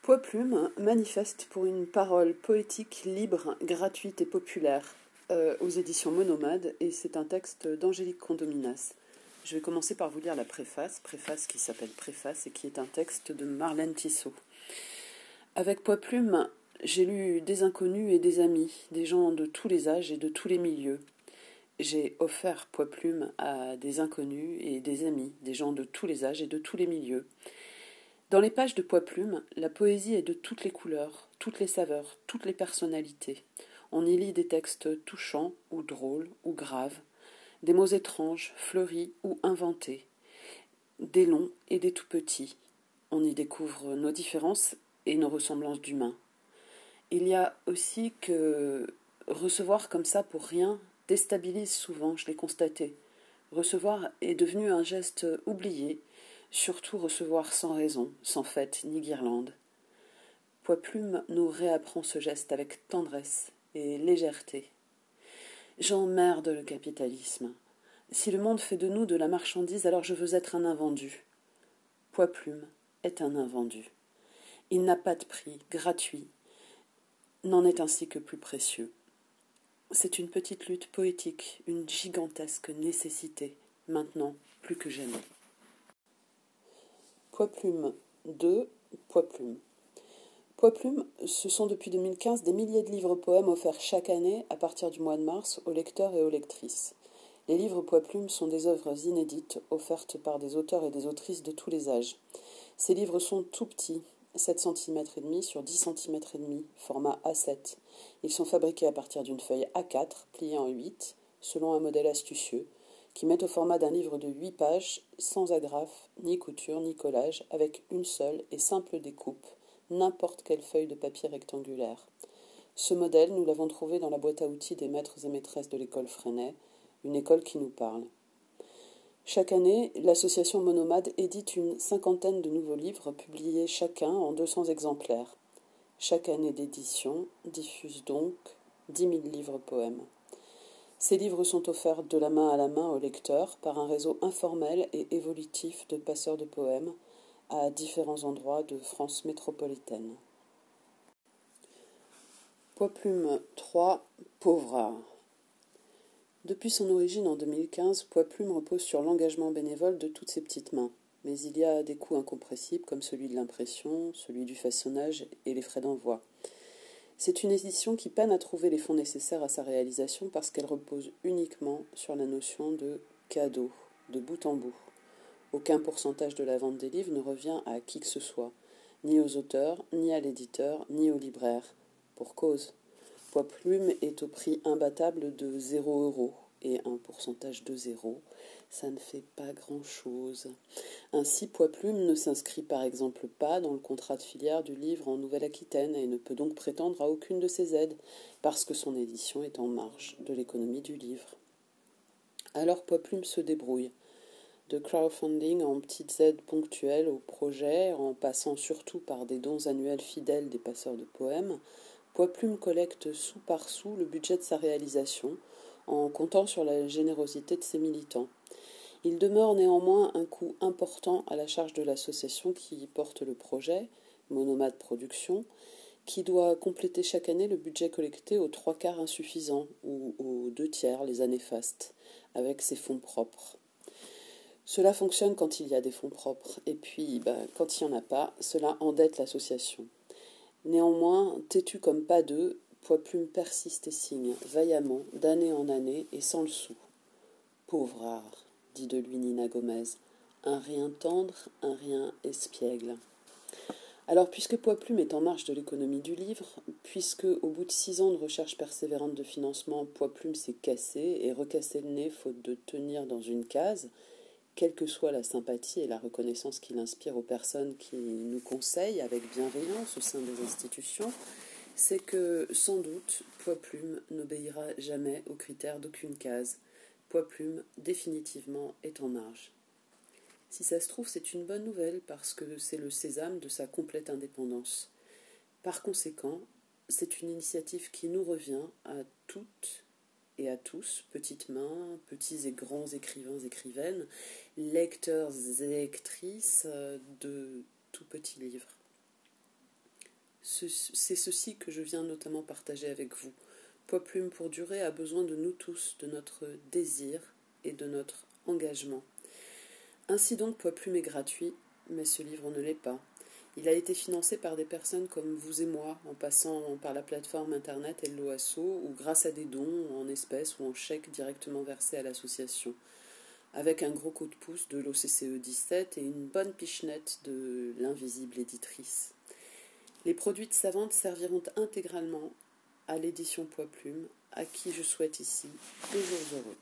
Poids Plume manifeste pour une parole poétique, libre, gratuite et populaire aux éditions Monomade, et c'est un texte d'Angélique Condominas. Je vais commencer par vous lire la préface qui s'appelle Préface et qui est un texte de Marlène Tissot. Avec Poids Plume, j'ai lu des inconnus et des amis, des gens de tous les âges et de tous les milieux. J'ai offert Poids Plume à des inconnus et des amis, des gens de tous les âges et de tous les milieux. Dans les pages de Poids Plume, la poésie est de toutes les couleurs, toutes les saveurs, toutes les personnalités. On y lit des textes touchants ou drôles ou graves, des mots étranges, fleuris ou inventés, des longs et des tout petits. On y découvre nos différences et nos ressemblances d'humains. Il y a aussi que recevoir comme ça pour rien déstabilise souvent, je l'ai constaté. Recevoir est devenu un geste oublié, surtout recevoir sans raison, sans fête ni guirlande. Poids Plume nous réapprend ce geste avec tendresse et légèreté. J'emmerde le capitalisme. Si le monde fait de nous de la marchandise, alors je veux être un invendu. Poids Plume est un invendu. Il n'a pas de prix, gratuit, n'en est ainsi que plus précieux. C'est une petite lutte poétique, une gigantesque nécessité, maintenant plus que jamais. Poids Plume 2, Poids Plume. Poids Plume, ce sont depuis 2015 des milliers de livres poèmes offerts chaque année à partir du mois de mars aux lecteurs et aux lectrices. Les livres Poids Plume sont des œuvres inédites offertes par des auteurs et des autrices de tous les âges. Ces livres sont tout petits, 7 cm et demi sur 10 cm et demi, format A7. Ils sont fabriqués à partir d'une feuille A4 pliée en 8, selon un modèle astucieux, qui met au format d'un livre de 8 pages, sans agrafe, ni couture, ni collage, avec une seule et simple découpe, n'importe quelle feuille de papier rectangulaire. Ce modèle, nous l'avons trouvé dans la boîte à outils des maîtres et maîtresses de l'école Freinet, une école qui nous parle. Chaque année, l'association Monomade édite une cinquantaine de nouveaux livres publiés chacun en 200 exemplaires. Chaque année d'édition diffuse donc 10 000 livres poèmes. Ces livres sont offerts de la main à la main aux lecteurs par un réseau informel et évolutif de passeurs de poèmes à différents endroits de France métropolitaine. Poids Plume 3, Pauvrard. Depuis son origine en 2015, Poids Plume repose sur l'engagement bénévole de toutes ses petites mains. Mais il y a des coûts incompressibles comme celui de l'impression, celui du façonnage et les frais d'envoi. C'est une édition qui peine à trouver les fonds nécessaires à sa réalisation parce qu'elle repose uniquement sur la notion de cadeau, de bout en bout. Aucun pourcentage de la vente des livres ne revient à qui que ce soit, ni aux auteurs, ni à l'éditeur, ni au libraire. Pour cause. Poids Plume est au prix imbattable de 0 €, et un pourcentage de 0, ça ne fait pas grand-chose. Ainsi, Poids Plume ne s'inscrit par exemple pas dans le contrat de filière du livre en Nouvelle-Aquitaine et ne peut donc prétendre à aucune de ces aides, parce que son édition est en marge de l'économie du livre. Alors Poids Plume se débrouille. De crowdfunding en petites aides ponctuelles au projet, en passant surtout par des dons annuels fidèles des passeurs de poèmes, Poids Plume collecte sou par sou le budget de sa réalisation, en comptant sur la générosité de ses militants. Il demeure néanmoins un coût important à la charge de l'association qui porte le projet, Monomade Productions, qui doit compléter chaque année le budget collecté aux 3/4 insuffisant, ou aux 2/3 les années fastes, avec ses fonds propres. Cela fonctionne quand il y a des fonds propres, et puis quand il n'y en a pas, cela endette l'association. Néanmoins, têtu comme pas deux, Poids Plume persiste et signe, vaillamment, d'année en année, et sans le sou. Pauvrard, dit de lui Nina Gomez, un rien tendre, un rien espiègle. Alors, puisque Poids Plume est en marge de l'économie du livre, puisque, au bout de 6 ans de recherche persévérante de financement, Poids Plume s'est cassé et recassé le nez faute de tenir dans une case, quelle que soit la sympathie et la reconnaissance qu'il inspire aux personnes qui nous conseillent avec bienveillance au sein des institutions, c'est que, sans doute, Poids Plume n'obéira jamais aux critères d'aucune case. Poids Plume, définitivement, est en marge. Si ça se trouve, c'est une bonne nouvelle parce que c'est le sésame de sa complète indépendance. Par conséquent, c'est une initiative qui nous revient à toutes et à tous, petites mains, petits et grands écrivains, écrivaines, lecteurs et lectrices de tout petits livres. C'est ceci que je viens notamment partager avec vous. Poids Plume pour durer a besoin de nous tous, de notre désir et de notre engagement. Ainsi donc, Poids Plume est gratuit, mais ce livre ne l'est pas. Il a été financé par des personnes comme vous et moi, en passant par la plateforme internet Hello Asso, ou grâce à des dons en espèces ou en chèques directement versés à l'association, avec un gros coup de pouce de l'OCCE 17 et une bonne pichenette de l'invisible éditrice. Les produits de sa vente serviront intégralement à l'édition Poids Plume, à qui je souhaite ici 2 jours heureux.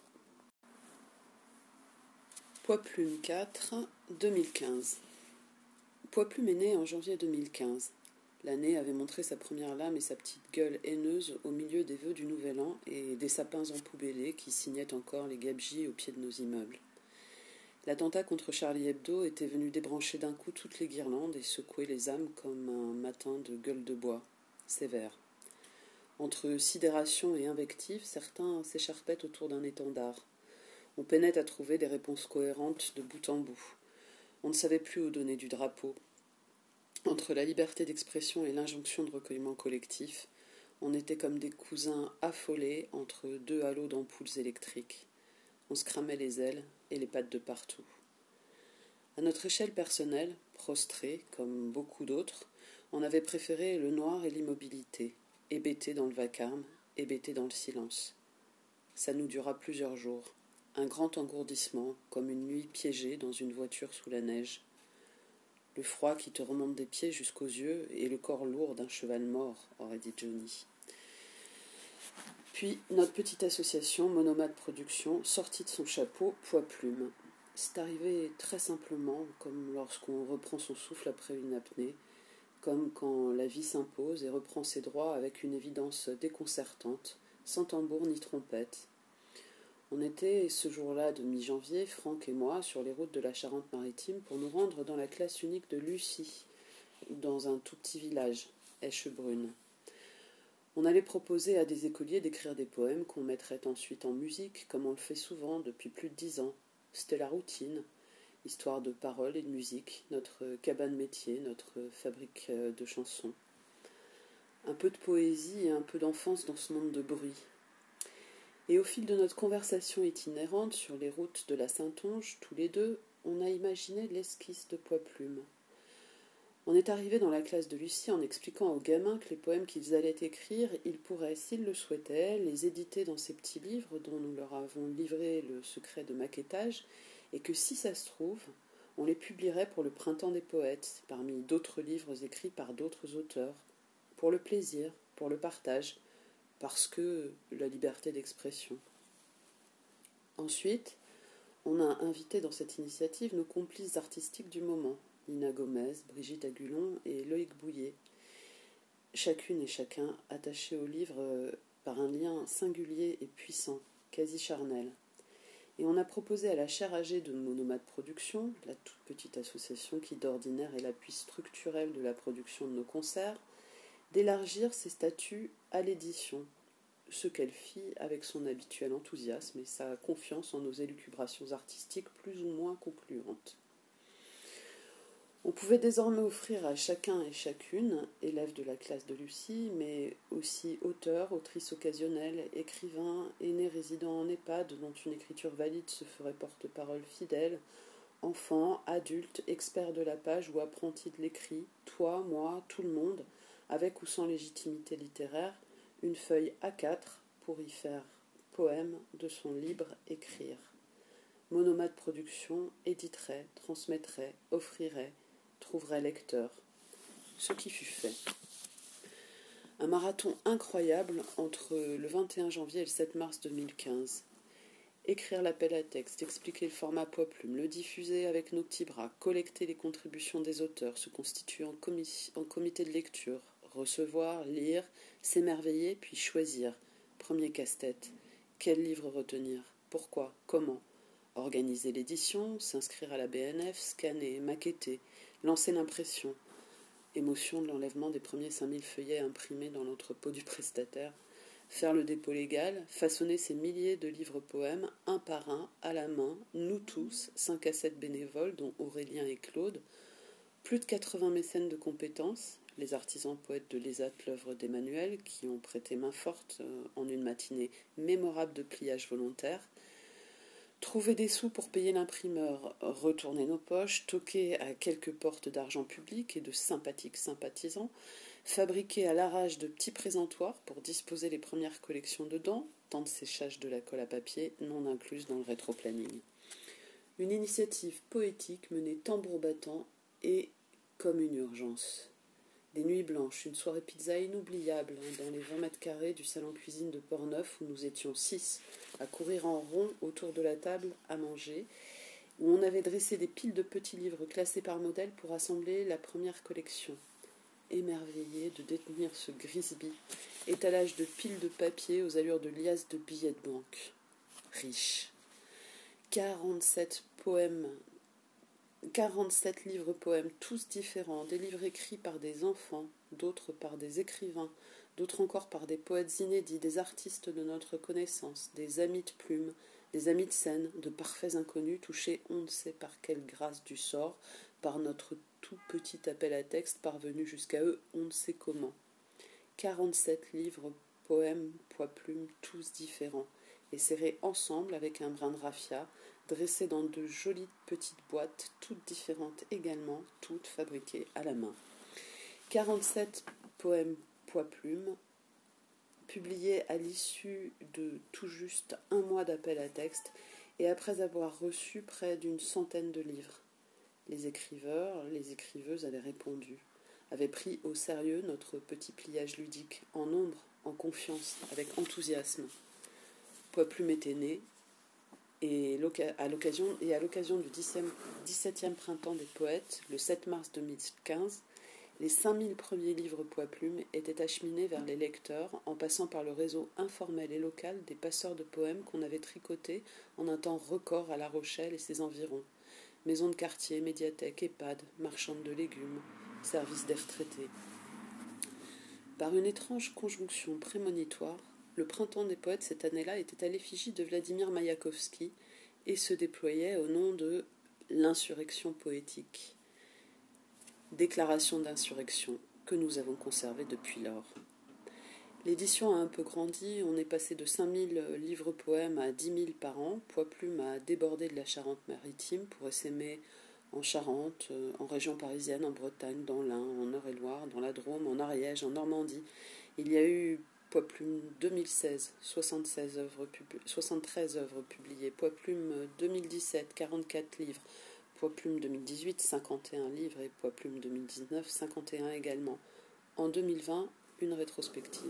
Poids Plume 4, 2015. Poids Plume est né en janvier 2015. L'année avait montré sa première lame et sa petite gueule haineuse au milieu des vœux du Nouvel An et des sapins empoubellés qui signaient encore les gabegies au pied de nos immeubles. L'attentat contre Charlie Hebdo était venu débrancher d'un coup toutes les guirlandes et secouer les âmes comme un matin de gueule de bois, sévère. Entre sidération et invective, certains s'écharpaient autour d'un étendard. On peinait à trouver des réponses cohérentes de bout en bout. On ne savait plus où donner du drapeau. Entre la liberté d'expression et l'injonction de recueillement collectif, on était comme des cousins affolés entre 2 halos d'ampoules électriques. On se cramait les ailes et les pattes de partout. À notre échelle personnelle, prostrés, comme beaucoup d'autres, on avait préféré le noir et l'immobilité, hébétés dans le vacarme, hébétés dans le silence. Ça nous dura plusieurs jours. Un grand engourdissement, comme une nuit piégée dans une voiture sous la neige. Le froid qui te remonte des pieds jusqu'aux yeux et le corps lourd d'un cheval mort, aurait dit Johnny. Puis notre petite association, Monomad Production, sortit de son chapeau Poids Plume. C'est arrivé très simplement, comme lorsqu'on reprend son souffle après une apnée, comme quand la vie s'impose et reprend ses droits avec une évidence déconcertante, sans tambour ni trompette. On était, ce jour-là de mi-janvier, Franck et moi, sur les routes de la Charente-Maritime pour nous rendre dans la classe unique de Lucie, dans un tout petit village, Echebrune. On allait proposer à des écoliers d'écrire des poèmes qu'on mettrait ensuite en musique, comme on le fait souvent depuis plus de 10 ans. C'était la routine, histoire de paroles et de musique, notre cabane métier, notre fabrique de chansons. Un peu de poésie et un peu d'enfance dans ce monde de bruit. Et au fil de notre conversation itinérante sur les routes de la Saintonge, tous les deux, on a imaginé l'esquisse de Poids Plume. On est arrivé dans la classe de Lucie en expliquant aux gamins que les poèmes qu'ils allaient écrire, ils pourraient, s'ils le souhaitaient, les éditer dans ces petits livres dont nous leur avons livré le secret de maquettage, et que si ça se trouve, on les publierait pour le Printemps des poètes, parmi d'autres livres écrits par d'autres auteurs, pour le plaisir, pour le partage, parce que la liberté d'expression. Ensuite, on a invité dans cette initiative nos complices artistiques du moment, Nina Gomez, Brigitte Agulon et Loïc Bouillet, chacune et chacun attachés au livre par un lien singulier et puissant, quasi charnel. Et on a proposé à la chaire âgée de Monomad Production, la toute petite association qui d'ordinaire est l'appui structurel de la production de nos concerts, d'élargir ses statuts à l'édition, ce qu'elle fit avec son habituel enthousiasme et sa confiance en nos élucubrations artistiques plus ou moins concluantes. On pouvait désormais offrir à chacun et chacune, élèves de la classe de Lucie, mais aussi auteurs, autrices occasionnelles, écrivains, aînés résidant en EHPAD dont une écriture valide se ferait porte-parole fidèle, enfants, adultes, experts de la page ou apprentis de l'écrit, toi, moi, tout le monde, avec ou sans légitimité littéraire, une feuille A4 pour y faire poème de son libre écrire. Monomad Production éditerait, transmettrait, offrirait, trouverait lecteur. Ce qui fut fait. Un marathon incroyable entre le 21 janvier et le 7 mars 2015. Écrire l'appel à texte, expliquer le format Poids Plume, le diffuser avec nos petits bras, collecter les contributions des auteurs, se constituer en comité de lecture, recevoir, lire, s'émerveiller, puis choisir. Premier casse-tête. Quel livre retenir? Pourquoi? Comment? Organiser l'édition, s'inscrire à la BNF, scanner, maqueter, lancer l'impression. Émotion de l'enlèvement des premiers 5000 feuillets imprimés dans l'entrepôt du prestataire. Faire le dépôt légal, façonner ces milliers de livres poèmes, un par un, à la main, nous tous, 5 à 7 bénévoles, dont Aurélien et Claude, plus de 80 mécènes de compétences, les artisans poètes de l'ESAT, l'œuvre d'Emmanuel, qui ont prêté main forte en une matinée mémorable de pliage volontaire. Trouver des sous pour payer l'imprimeur, retourner nos poches, toquer à quelques portes d'argent public et de sympathiques sympathisants, fabriquer à l'arrache de petits présentoirs pour disposer les premières collections dedans, temps de séchage de la colle à papier non incluse dans le rétroplanning. Une initiative poétique menée tambour battant et comme une urgence. Des nuits blanches, une soirée pizza inoubliable dans les 20 mètres carrés du salon cuisine de Portneuf où nous étions 6 à courir en rond autour de la table à manger, où on avait dressé des piles de petits livres classés par modèle pour assembler la première collection. Émerveillé de détenir ce Grisby, étalage de piles de papier aux allures de liasses de billets de banque. Riche. 47 poèmes 47 livres poèmes, tous différents, des livres écrits par des enfants, d'autres par des écrivains, d'autres encore par des poètes inédits, des artistes de notre connaissance, des amis de plume, des amis de scène, de parfaits inconnus, touchés on ne sait par quelle grâce du sort, par notre tout petit appel à texte parvenu jusqu'à eux on ne sait comment. 47 livres, poèmes, poids-plumes, tous différents, et serrés ensemble avec un brin de raffia, dressés dans de jolies petites boîtes, toutes différentes également, toutes fabriquées à la main. 47 poèmes poids-plumes, publiés à l'issue de tout juste un mois d'appel à texte, et après avoir reçu près d'une centaine de livres. Les écriveurs, les écriveuses avaient répondu, avaient pris au sérieux notre petit pliage ludique, en nombre, en confiance, avec enthousiasme. Poids-plume était né, et à l'occasion du 17e printemps des poètes, le 7 mars 2015, les 5000 premiers livres Poids-plume étaient acheminés vers les lecteurs en passant par le réseau informel et local des passeurs de poèmes qu'on avait tricotés en un temps record à La Rochelle et ses environs. Maisons de quartier, médiathèque, EHPAD, marchandes de légumes, services des retraités. Par une étrange conjonction prémonitoire, le printemps des poètes cette année-là était à l'effigie de Vladimir Maïakovski et se déployait au nom de l'insurrection poétique. Déclaration d'insurrection que nous avons conservée depuis lors. L'édition a un peu grandi, on est passé de 5000 livres poèmes à 10 000 par an. Poids-plume a débordé de la Charente-Maritime pour essaimer en Charente, en région parisienne, en Bretagne, dans l'Ain, en Eure-et-Loire, dans la Drôme, en Ariège, en Normandie. Il y a eu Poids-plume 2016, 73 œuvres publiées. Poids-plume 2017, 44 livres. Poids-plume 2018, 51 livres. Et Poids-plume 2019, 51 également. En 2020, une rétrospective.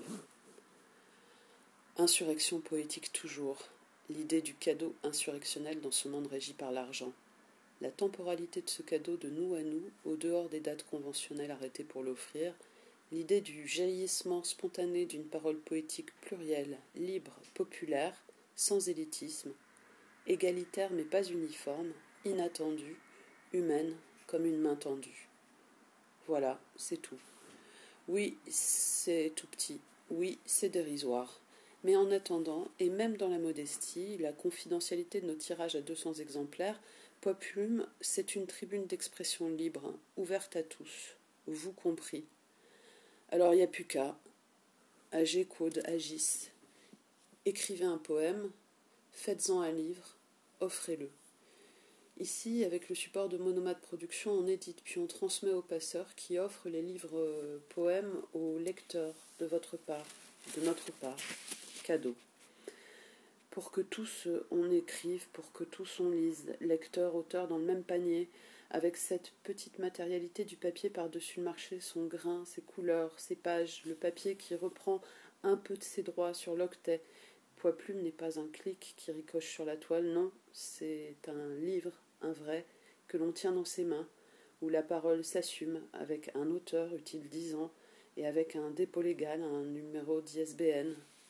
Insurrection poétique toujours. L'idée du cadeau insurrectionnel dans ce monde régi par l'argent. La temporalité de ce cadeau de nous à nous, au dehors des dates conventionnelles arrêtées pour l'offrir, l'idée du jaillissement spontané d'une parole poétique plurielle, libre, populaire, sans élitisme, égalitaire mais pas uniforme, inattendue, humaine comme une main tendue. Voilà, c'est tout. Oui, c'est tout petit, oui, c'est dérisoire. Mais en attendant, et même dans la modestie, la confidentialité de nos tirages à 200 exemplaires, Poids-plume, c'est une tribune d'expression libre, ouverte à tous, vous compris. Alors il n'y a plus qu'à, agez, code, agisse. Écrivez un poème, faites-en un livre, offrez-le. Ici, avec le support de Monomate Productions, on édite puis on transmet aux passeurs qui offrent les livres poèmes aux lecteurs de votre part, de notre part, cadeau. Pour que tous on écrive, pour que tous on lise, lecteurs, auteurs dans le même panier, avec cette petite matérialité du papier par-dessus le marché, son grain, ses couleurs, ses pages, le papier qui reprend un peu de ses droits sur l'octet. Poids-plume n'est pas un clic qui ricoche sur la toile, non, c'est un livre, un vrai, que l'on tient dans ses mains, où la parole s'assume avec un auteur utile 10 ans et avec un dépôt légal, un numéro d'ISBN.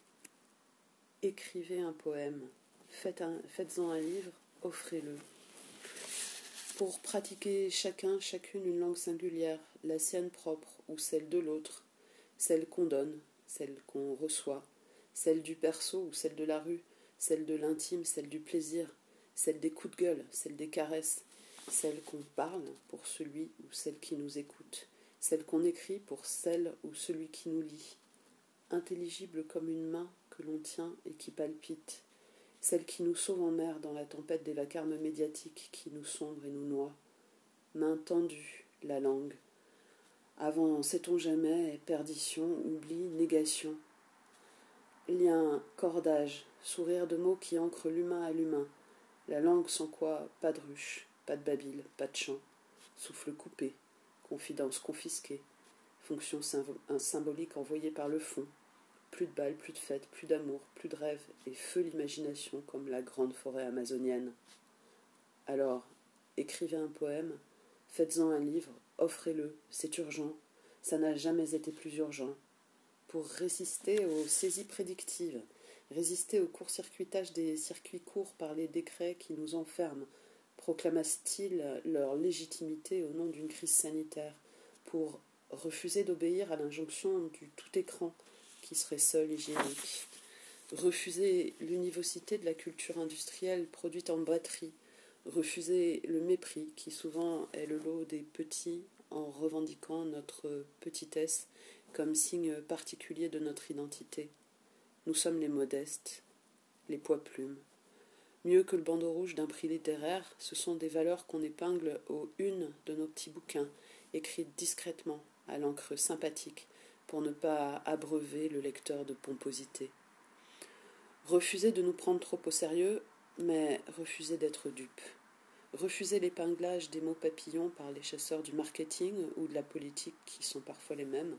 Écrivez un poème, faites-en un livre, offrez-le. Pour pratiquer chacune une langue singulière, la sienne propre ou celle de l'autre, celle qu'on donne, celle qu'on reçoit, celle du perso ou celle de la rue, celle de l'intime, celle du plaisir, celle des coups de gueule, celle des caresses, celle qu'on parle pour celui ou celle qui nous écoute, celle qu'on écrit pour celle ou celui qui nous lit, intelligible comme une main que l'on tient et qui palpite, celle qui nous sauve en mer dans la tempête des vacarmes médiatiques qui nous sombre et nous noie. Main tendue, la langue. Avant, sait-on jamais, perdition, oubli, négation. Lien, cordage, sourire de mots qui ancrent l'humain à l'humain. La langue sans quoi, pas de ruche, pas de babil, pas de chant. Souffle coupé, confidence confisquée, fonction symbolique envoyée par le fond. Plus de balles, plus de fêtes, plus d'amour, plus de rêves, et feu l'imagination comme la grande forêt amazonienne. Alors, écrivez un poème, faites-en un livre, offrez-le, c'est urgent, ça n'a jamais été plus urgent. Pour résister aux saisies prédictives, résister au court-circuitage des circuits courts par les décrets qui nous enferment, proclamassent-ils leur légitimité au nom d'une crise sanitaire, pour refuser d'obéir à l'injonction du tout-écran qui serait seul hygiénique, refuser l'univocité de la culture industrielle produite en batterie, refuser le mépris qui souvent est le lot des petits en revendiquant notre petitesse comme signe particulier de notre identité. Nous sommes les modestes, les poids-plumes. Mieux que le bandeau rouge d'un prix littéraire, ce sont des valeurs qu'on épingle aux unes de nos petits bouquins, écrites discrètement, à l'encre sympathique, pour ne pas abreuver le lecteur de pomposité. Refuser de nous prendre trop au sérieux, mais refuser d'être dupe. Refuser l'épinglage des mots papillons par les chasseurs du marketing ou de la politique qui sont parfois les mêmes.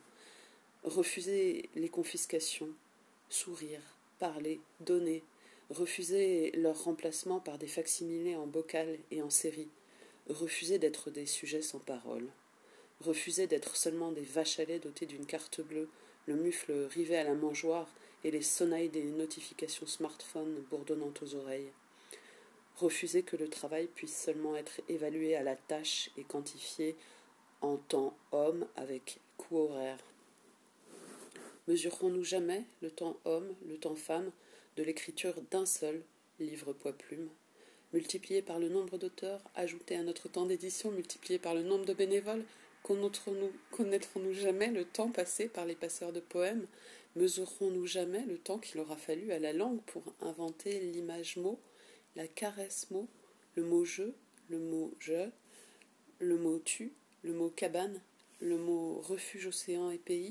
Refuser les confiscations, sourire, parler, donner. Refuser leur remplacement par des facsimilés en bocal et en série. Refuser d'être des sujets sans parole. Refuser d'être seulement des vaches à lait dotées d'une carte bleue, le mufle rivé à la mangeoire et les sonnailles des notifications smartphone bourdonnant aux oreilles. Refuser que le travail puisse seulement être évalué à la tâche et quantifié en temps homme avec coût horaire. Mesurerons-nous jamais le temps homme, le temps femme de l'écriture d'un seul livre poids-plume, multiplié par le nombre d'auteurs, ajouté à notre temps d'édition, multiplié par le nombre de bénévoles? Connaîtrons-nous jamais le temps passé par les passeurs de poèmes? Mesurerons-nous jamais le temps qu'il aura fallu à la langue pour inventer l'image mot, la caresse mot, le mot je, le mot je, le mot tu, le mot cabane, le mot refuge océan et pays?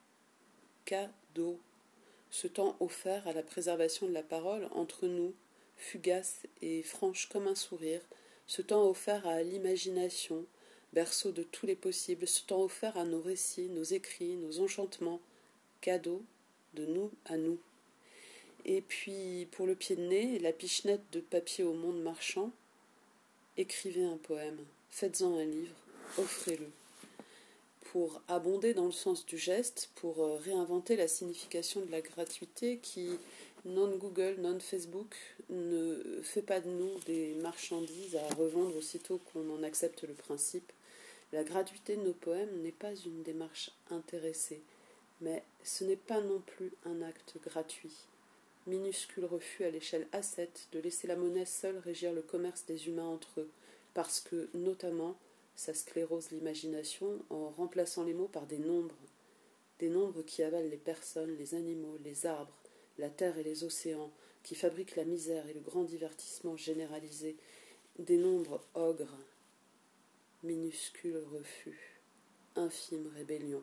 Cadeau. Ce temps offert à la préservation de la parole entre nous, fugace et franche comme un sourire, ce temps offert à l'imagination, berceau de tous les possibles, ce temps offert à nos récits, nos écrits, nos enchantements, cadeau de nous à nous. Et puis, pour le pied de nez, la pichenette de papier au monde marchand, écrivez un poème, faites-en un livre, offrez-le. Pour abonder dans le sens du geste, pour réinventer la signification de la gratuité qui, non Google, non Facebook, ne fait pas de nous des marchandises à revendre aussitôt qu'on en accepte le principe. La gratuité de nos poèmes n'est pas une démarche intéressée, mais ce n'est pas non plus un acte gratuit. Minuscule refus à l'échelle A7 de laisser la monnaie seule régir le commerce des humains entre eux, parce que, notamment, ça sclérose l'imagination en remplaçant les mots par des nombres qui avalent les personnes, les animaux, les arbres, la terre et les océans, qui fabriquent la misère et le grand divertissement généralisé, des nombres ogres, minuscule refus, infime rébellion.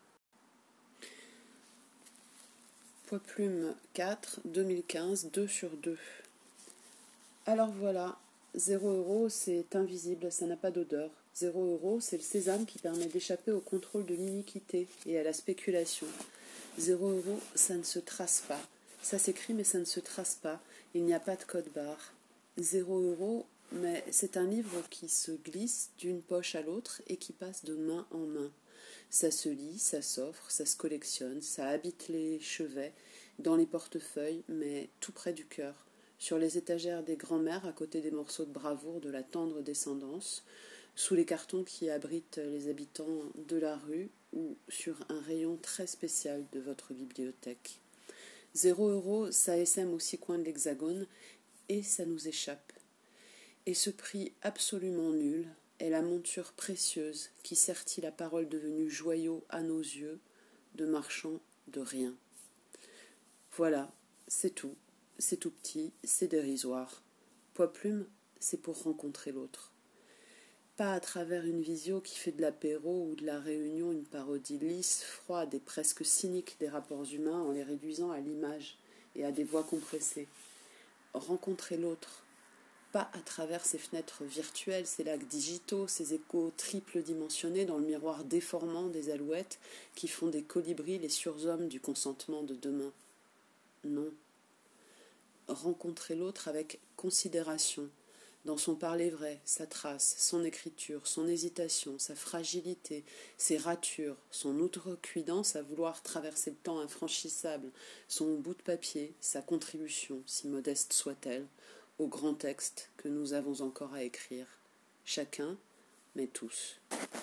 Poids-plume 4, 2015, 2/2. Alors voilà, 0 €, c'est invisible, ça n'a pas d'odeur. 0 €, c'est le sésame qui permet d'échapper au contrôle de l'iniquité et à la spéculation. 0 €, ça ne se trace pas. Ça s'écrit mais ça ne se trace pas. Il n'y a pas de code barre. 0 €, mais c'est un livre qui se glisse d'une poche à l'autre et qui passe de main en main. Ça se lit, ça s'offre, ça se collectionne, ça habite les chevets, dans les portefeuilles, mais tout près du cœur, sur les étagères des grands-mères à côté des morceaux de bravoure de la tendre descendance, sous les cartons qui abritent les habitants de la rue ou sur un rayon très spécial de votre bibliothèque. 0 €, ça essaime aux 6 coins de l'hexagone et ça nous échappe. Et ce prix absolument nul est la monture précieuse qui sertit la parole devenue joyau à nos yeux, de marchand de rien. Voilà, c'est tout petit, c'est dérisoire. Poids-plume, c'est pour rencontrer l'autre. Pas à travers une visio qui fait de l'apéro ou de la réunion une parodie lisse, froide et presque cynique des rapports humains en les réduisant à l'image et à des voix compressées. Rencontrer l'autre, pas à travers ces fenêtres virtuelles, ces lacs digitaux, ces échos triple dimensionnés dans le miroir déformant des alouettes qui font des colibris les surhommes du consentement de demain. Non. Rencontrer l'autre avec considération, dans son parler vrai, sa trace, son écriture, son hésitation, sa fragilité, ses ratures, son outrecuidance à vouloir traverser le temps infranchissable, son bout de papier, sa contribution, si modeste soit-elle, au grand texte que nous avons encore à écrire. Chacun, mais tous.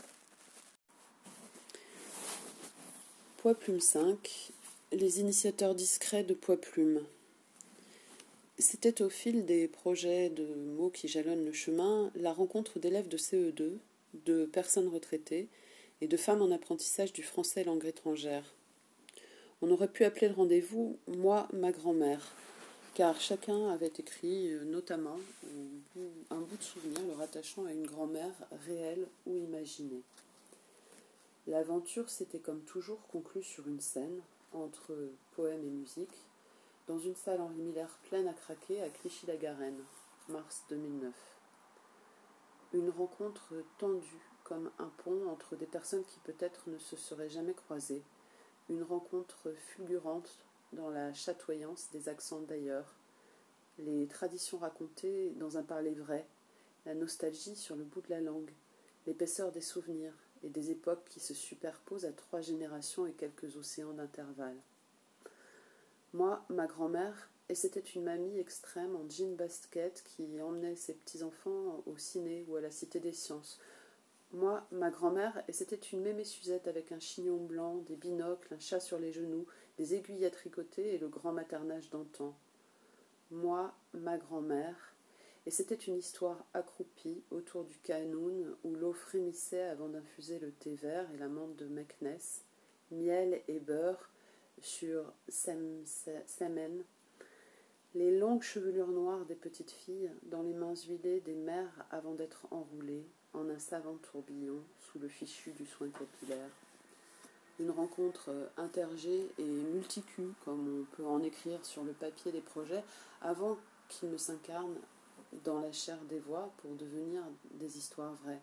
Poids-plume 5, les initiateurs discrets de Poids-plume. C'était au fil des projets de mots qui jalonnent le chemin, la rencontre d'élèves de CE2, de personnes retraitées et de femmes en apprentissage du français langue étrangère. On aurait pu appeler le rendez-vous « Moi, ma grand-mère », car chacun avait écrit notamment un bout de souvenir le rattachant à une grand-mère réelle ou imaginée. L'aventure s'était comme toujours conclue sur une scène, entre poème et musique, dans une salle Henri Miller pleine à craquer à Clichy-la-Garenne, mars 2009. Une rencontre tendue comme un pont entre des personnes qui peut-être ne se seraient jamais croisées. Une rencontre fulgurante dans la chatoyance des accents d'ailleurs, les traditions racontées dans un parler vrai, la nostalgie sur le bout de la langue, l'épaisseur des souvenirs et des époques qui se superposent à 3 générations et quelques océans d'intervalle. Moi, ma grand-mère, et c'était une mamie extrême en jean basket qui emmenait ses petits-enfants au ciné ou à la Cité des Sciences. Moi, ma grand-mère, et c'était une mémé Suzette avec un chignon blanc, des binocles, un chat sur les genoux, des aiguilles à tricoter et le grand maternage d'antan. Moi, ma grand-mère, et c'était une histoire accroupie autour du canoun où l'eau frémissait avant d'infuser le thé vert et la menthe de Meknès, miel et beurre sur semen, les longues chevelures noires des petites filles dans les mains huilées des mères avant d'être enroulées en un savant tourbillon sous le fichu du soin capillaire. Une rencontre intergée et multicue, comme on peut en écrire sur le papier des projets, avant qu'ils ne s'incarnent dans la chair des voix pour devenir des histoires vraies.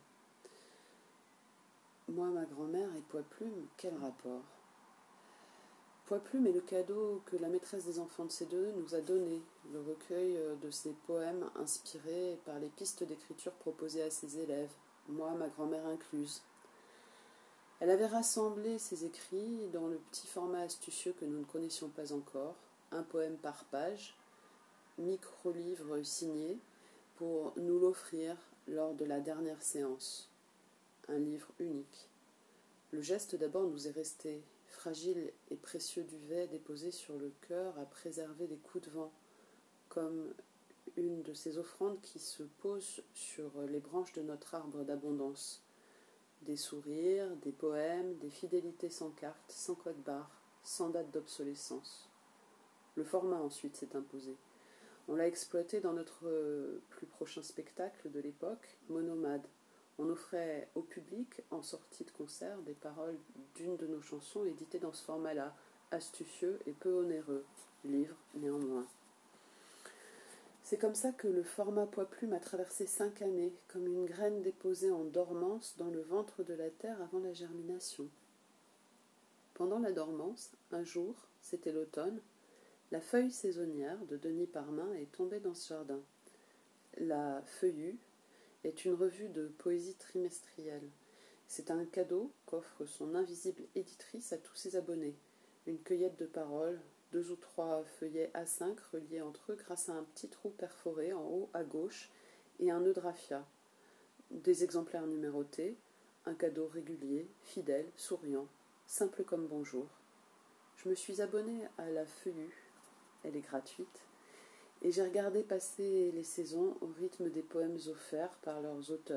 Moi, ma grand-mère et Poids-plume, quel rapport ? Poids-plume est le cadeau que la maîtresse des enfants de C2 nous a donné, le recueil de ses poèmes inspirés par les pistes d'écriture proposées à ses élèves, moi, ma grand-mère incluse. Elle avait rassemblé ses écrits dans le petit format astucieux que nous ne connaissions pas encore, un poème par page, micro-livre signé, pour nous l'offrir lors de la dernière séance. Un livre unique. Le geste d'abord nous est resté, fragile et précieux duvet déposé sur le cœur à préserver des coups de vent, comme une de ces offrandes qui se posent sur les branches de notre arbre d'abondance. Des sourires, des poèmes, des fidélités sans carte, sans code-barre, sans date d'obsolescence. Le format ensuite s'est imposé. On l'a exploité dans notre plus prochain spectacle de l'époque, Monomade. On offrait au public, en sortie de concert, des paroles d'une de nos chansons éditées dans ce format-là, astucieux et peu onéreux, livre néanmoins. C'est comme ça que le format Poids-plume a traversé 5 années, comme une graine déposée en dormance dans le ventre de la terre avant la germination. Pendant la dormance, un jour, c'était l'automne, la feuille saisonnière de Denis Parmin est tombée dans ce jardin. La Feuillue est une revue de poésie trimestrielle. C'est un cadeau qu'offre son invisible éditrice à tous ses abonnés. Une cueillette de paroles, 2 ou 3 feuillets A5 reliés entre eux grâce à un petit trou perforé en haut à gauche et un nœud de raffia. Des exemplaires numérotés, un cadeau régulier, fidèle, souriant, simple comme bonjour. Je me suis abonnée à la Feuillue, elle est gratuite, et j'ai regardé passer les saisons au rythme des poèmes offerts par leurs auteurs.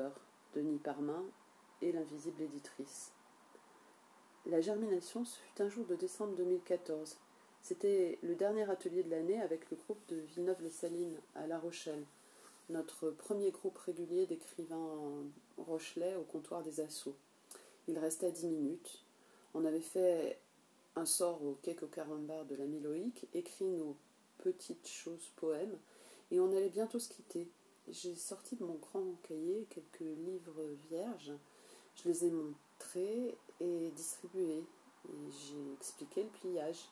Denis Parmin et l'invisible éditrice. La germination, ce fut un jour de décembre 2014. C'était le dernier atelier de l'année avec le groupe de Villeneuve-les-Salines à La Rochelle, notre premier groupe régulier d'écrivains rochelais au comptoir des Assauts. Il restait 10 minutes. On avait fait un sort au Quai Carambar de l'ami Loïc, écrit nos petites choses poèmes, et on allait bientôt se quitter. J'ai sorti de mon grand cahier quelques livres vierges. Je les ai montrés et distribués. Et j'ai expliqué le pliage.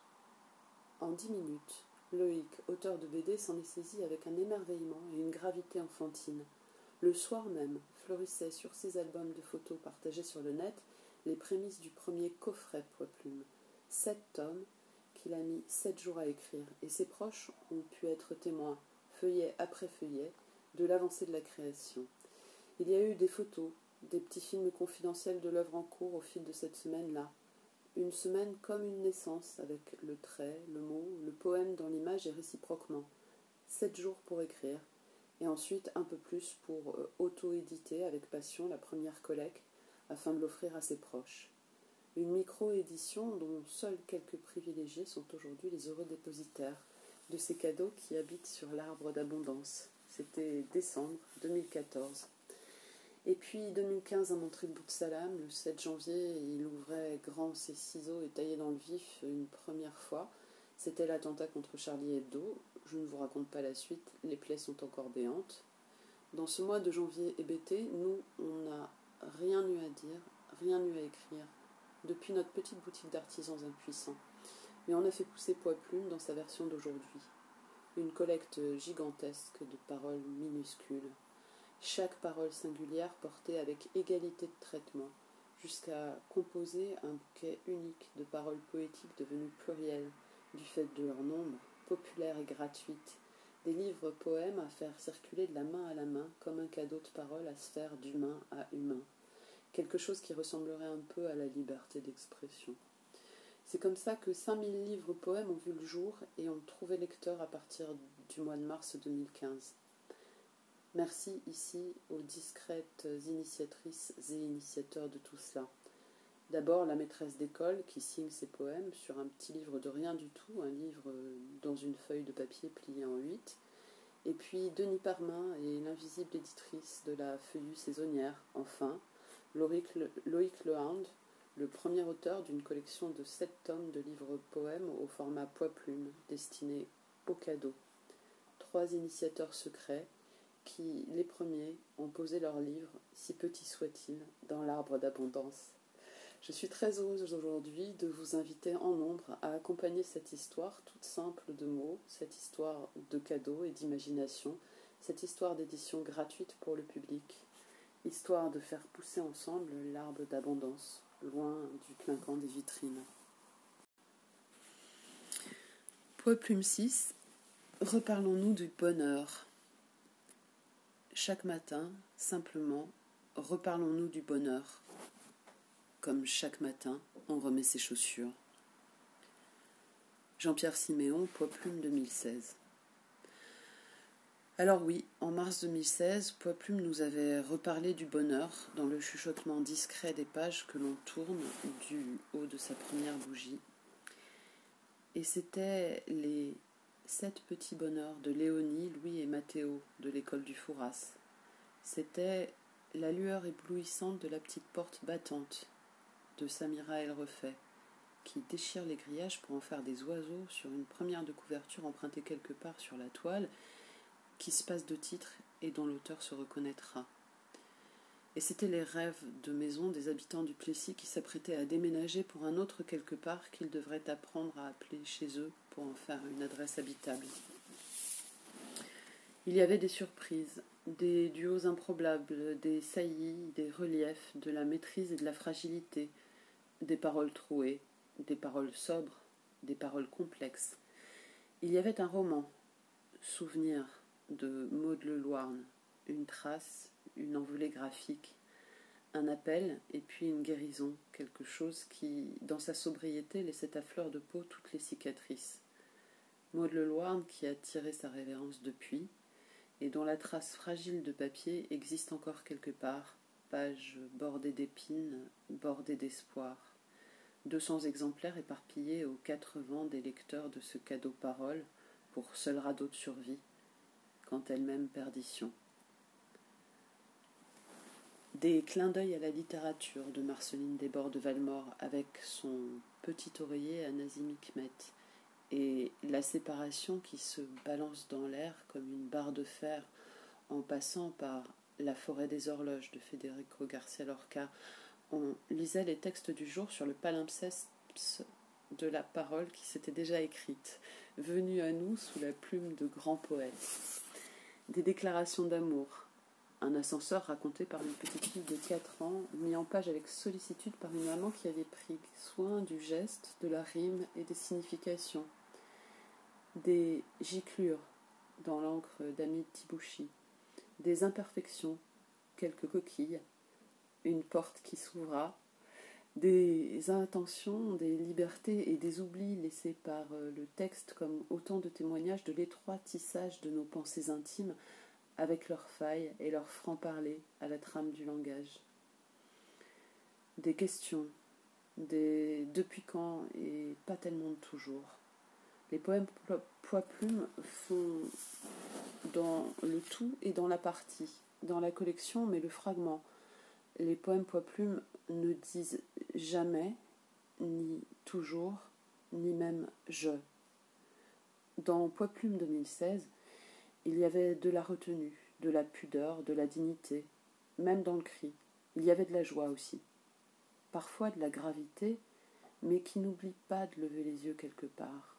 En 10 minutes, Loïc, auteur de BD, s'en est saisi avec un émerveillement et une gravité enfantine. Le soir même, fleurissaient sur ses albums de photos partagés sur le net les prémices du premier coffret Poids-Plume. 7 tomes qu'il a mis 7 jours à écrire, et ses proches ont pu être témoins, feuillet après feuillet, de l'avancée de la création. Il y a eu des photos, des petits films confidentiels de l'œuvre en cours au fil de cette semaine-là. Une semaine comme une naissance, avec le trait, le mot, le poème dans l'image et réciproquement. 7 jours pour écrire, et ensuite un peu plus pour auto-éditer avec passion la première collecte, afin de l'offrir à ses proches. Une micro-édition dont seuls quelques privilégiés sont aujourd'hui les heureux dépositaires de ces cadeaux qui habitent sur l'arbre d'abondance. C'était décembre 2014. Et puis 2015 à Montrer le bout de Salam, le 7 janvier, il ouvrait grand ses ciseaux et taillait dans le vif une première fois. C'était l'attentat contre Charlie Hebdo. Je ne vous raconte pas la suite, les plaies sont encore béantes. Dans ce mois de janvier hébété, nous, on n'a rien eu à dire, rien eu à écrire, depuis notre petite boutique d'artisans impuissants. Mais on a fait pousser Poids-Plume dans sa version d'aujourd'hui. Une collecte gigantesque de paroles minuscules. Chaque parole singulière portée avec égalité de traitement, jusqu'à composer un bouquet unique de paroles poétiques devenues plurielles, du fait de leur nombre, populaires et gratuites, des livres poèmes à faire circuler de la main à la main, comme un cadeau de parole à se faire d'humain à humain, quelque chose qui ressemblerait un peu à la liberté d'expression. C'est comme ça que 5000 livres poèmes ont vu le jour et ont trouvé lecteur à partir du mois de mars 2015. Merci ici aux discrètes initiatrices et initiateurs de tout cela. D'abord la maîtresse d'école qui signe ses poèmes sur un petit livre de rien du tout, un livre dans une feuille de papier pliée en 8. Et puis Denis Parmin et l'invisible éditrice de la Feuillue saisonnière. Enfin, Loïc Lehound, le premier auteur d'une collection de 7 tomes de livres poèmes au format Poids-Plume, destinés au cadeau. 3 initiateurs secrets qui, les premiers, ont posé leurs livres, si petits soient-ils, dans l'arbre d'abondance. Je suis très heureuse aujourd'hui de vous inviter en nombre à accompagner cette histoire toute simple de mots, cette histoire de cadeaux et d'imagination, cette histoire d'édition gratuite pour le public, histoire de faire pousser ensemble l'arbre d'abondance, loin du clinquant des vitrines. Poids-Plume 6, reparlons-nous du bonheur. Chaque matin, simplement, reparlons-nous du bonheur. Comme chaque matin, on remet ses chaussures. Jean-Pierre Siméon, Poids-Plume 2016. Alors oui, en mars 2016, Poids-Plume nous avait reparlé du bonheur dans le chuchotement discret des pages que l'on tourne du haut de sa première bougie. Et c'était les 7 petits bonheurs de Léonie, Louis et Mathéo de l'école du Fouras. C'était la lueur éblouissante de la petite porte battante de Samira El Refait, qui déchire les grillages pour en faire des oiseaux sur une première de couverture empruntée quelque part sur la toile, qui se passe de titre et dont l'auteur se reconnaîtra. Et c'étaient les rêves de maison des habitants du Plessis qui s'apprêtaient à déménager pour un autre quelque part qu'ils devraient apprendre à appeler chez eux pour en faire une adresse habitable. Il y avait des surprises, des duos improbables, des saillies, des reliefs, de la maîtrise et de la fragilité, des paroles trouées, des paroles sobres, des paroles complexes. Il y avait un roman, Souvenir, de Maud Lelouarn, une trace, une envolée graphique, un appel et puis une guérison, quelque chose qui, dans sa sobriété, laissait à fleur de peau toutes les cicatrices. Maud Lelouarn qui a tiré sa révérence depuis, et dont la trace fragile de papier existe encore quelque part, pages bordées d'épines, bordées d'espoir. 200 exemplaires éparpillés aux 4 vents des lecteurs de ce cadeau parole pour seul radeau de survie, quand elle-même perdition. Des clins d'œil à la littérature de Marceline Desbordes de Valmore avec son petit oreiller à Nazim Hikmet et la séparation qui se balance dans l'air comme une barre de fer en passant par La forêt des horloges de Federico Garcia Lorca. On lisait les textes du jour sur le palimpseste de la parole qui s'était déjà écrite, venue à nous sous la plume de grands poètes. Des déclarations d'amour, un ascenseur raconté par une petite fille de 4 ans, mis en page avec sollicitude par une maman qui avait pris soin du geste, de la rime et des significations. Des giclures dans l'encre d'Hamid Tibouchi, des imperfections, quelques coquilles, une porte qui s'ouvra, des intentions, des libertés et des oublis laissés par le texte comme autant de témoignages de l'étroit tissage de nos pensées intimes avec leurs failles et leurs francs-parler à la trame du langage. Des questions, des depuis quand et pas tellement de toujours. Les poèmes poids-plume font dans le tout et dans la partie, dans la collection, mais le fragment. Les poèmes poids-plume ne disent jamais, ni toujours, ni même je. Dans Poids-plume 2016, il y avait de la retenue, de la pudeur, de la dignité, même dans le cri. Il y avait de la joie aussi. Parfois de la gravité, mais qui n'oublie pas de lever les yeux quelque part.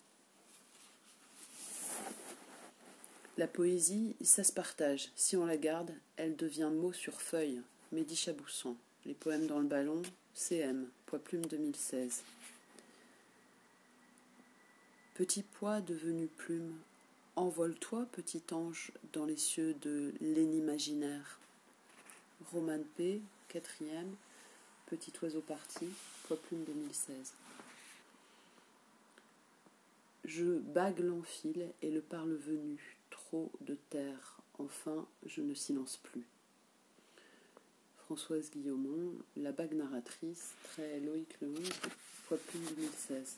La poésie, ça se partage. Si on la garde, elle devient mot sur feuille. Mehdi Chaboussan. Les poèmes dans le ballon, CM, Poids-plume 2016. Petit pois devenu plume, envole-toi, petit ange, dans les cieux de l'inimaginaire. Roman P, 4e, Petit oiseau parti, Poids-plume 2016. Je bague l'enfile et le parle venu, trop de terre, enfin je ne silence plus. Françoise Guillaumont, La bague narratrice, trait Loïc Lehonne, Poids-plume 2016.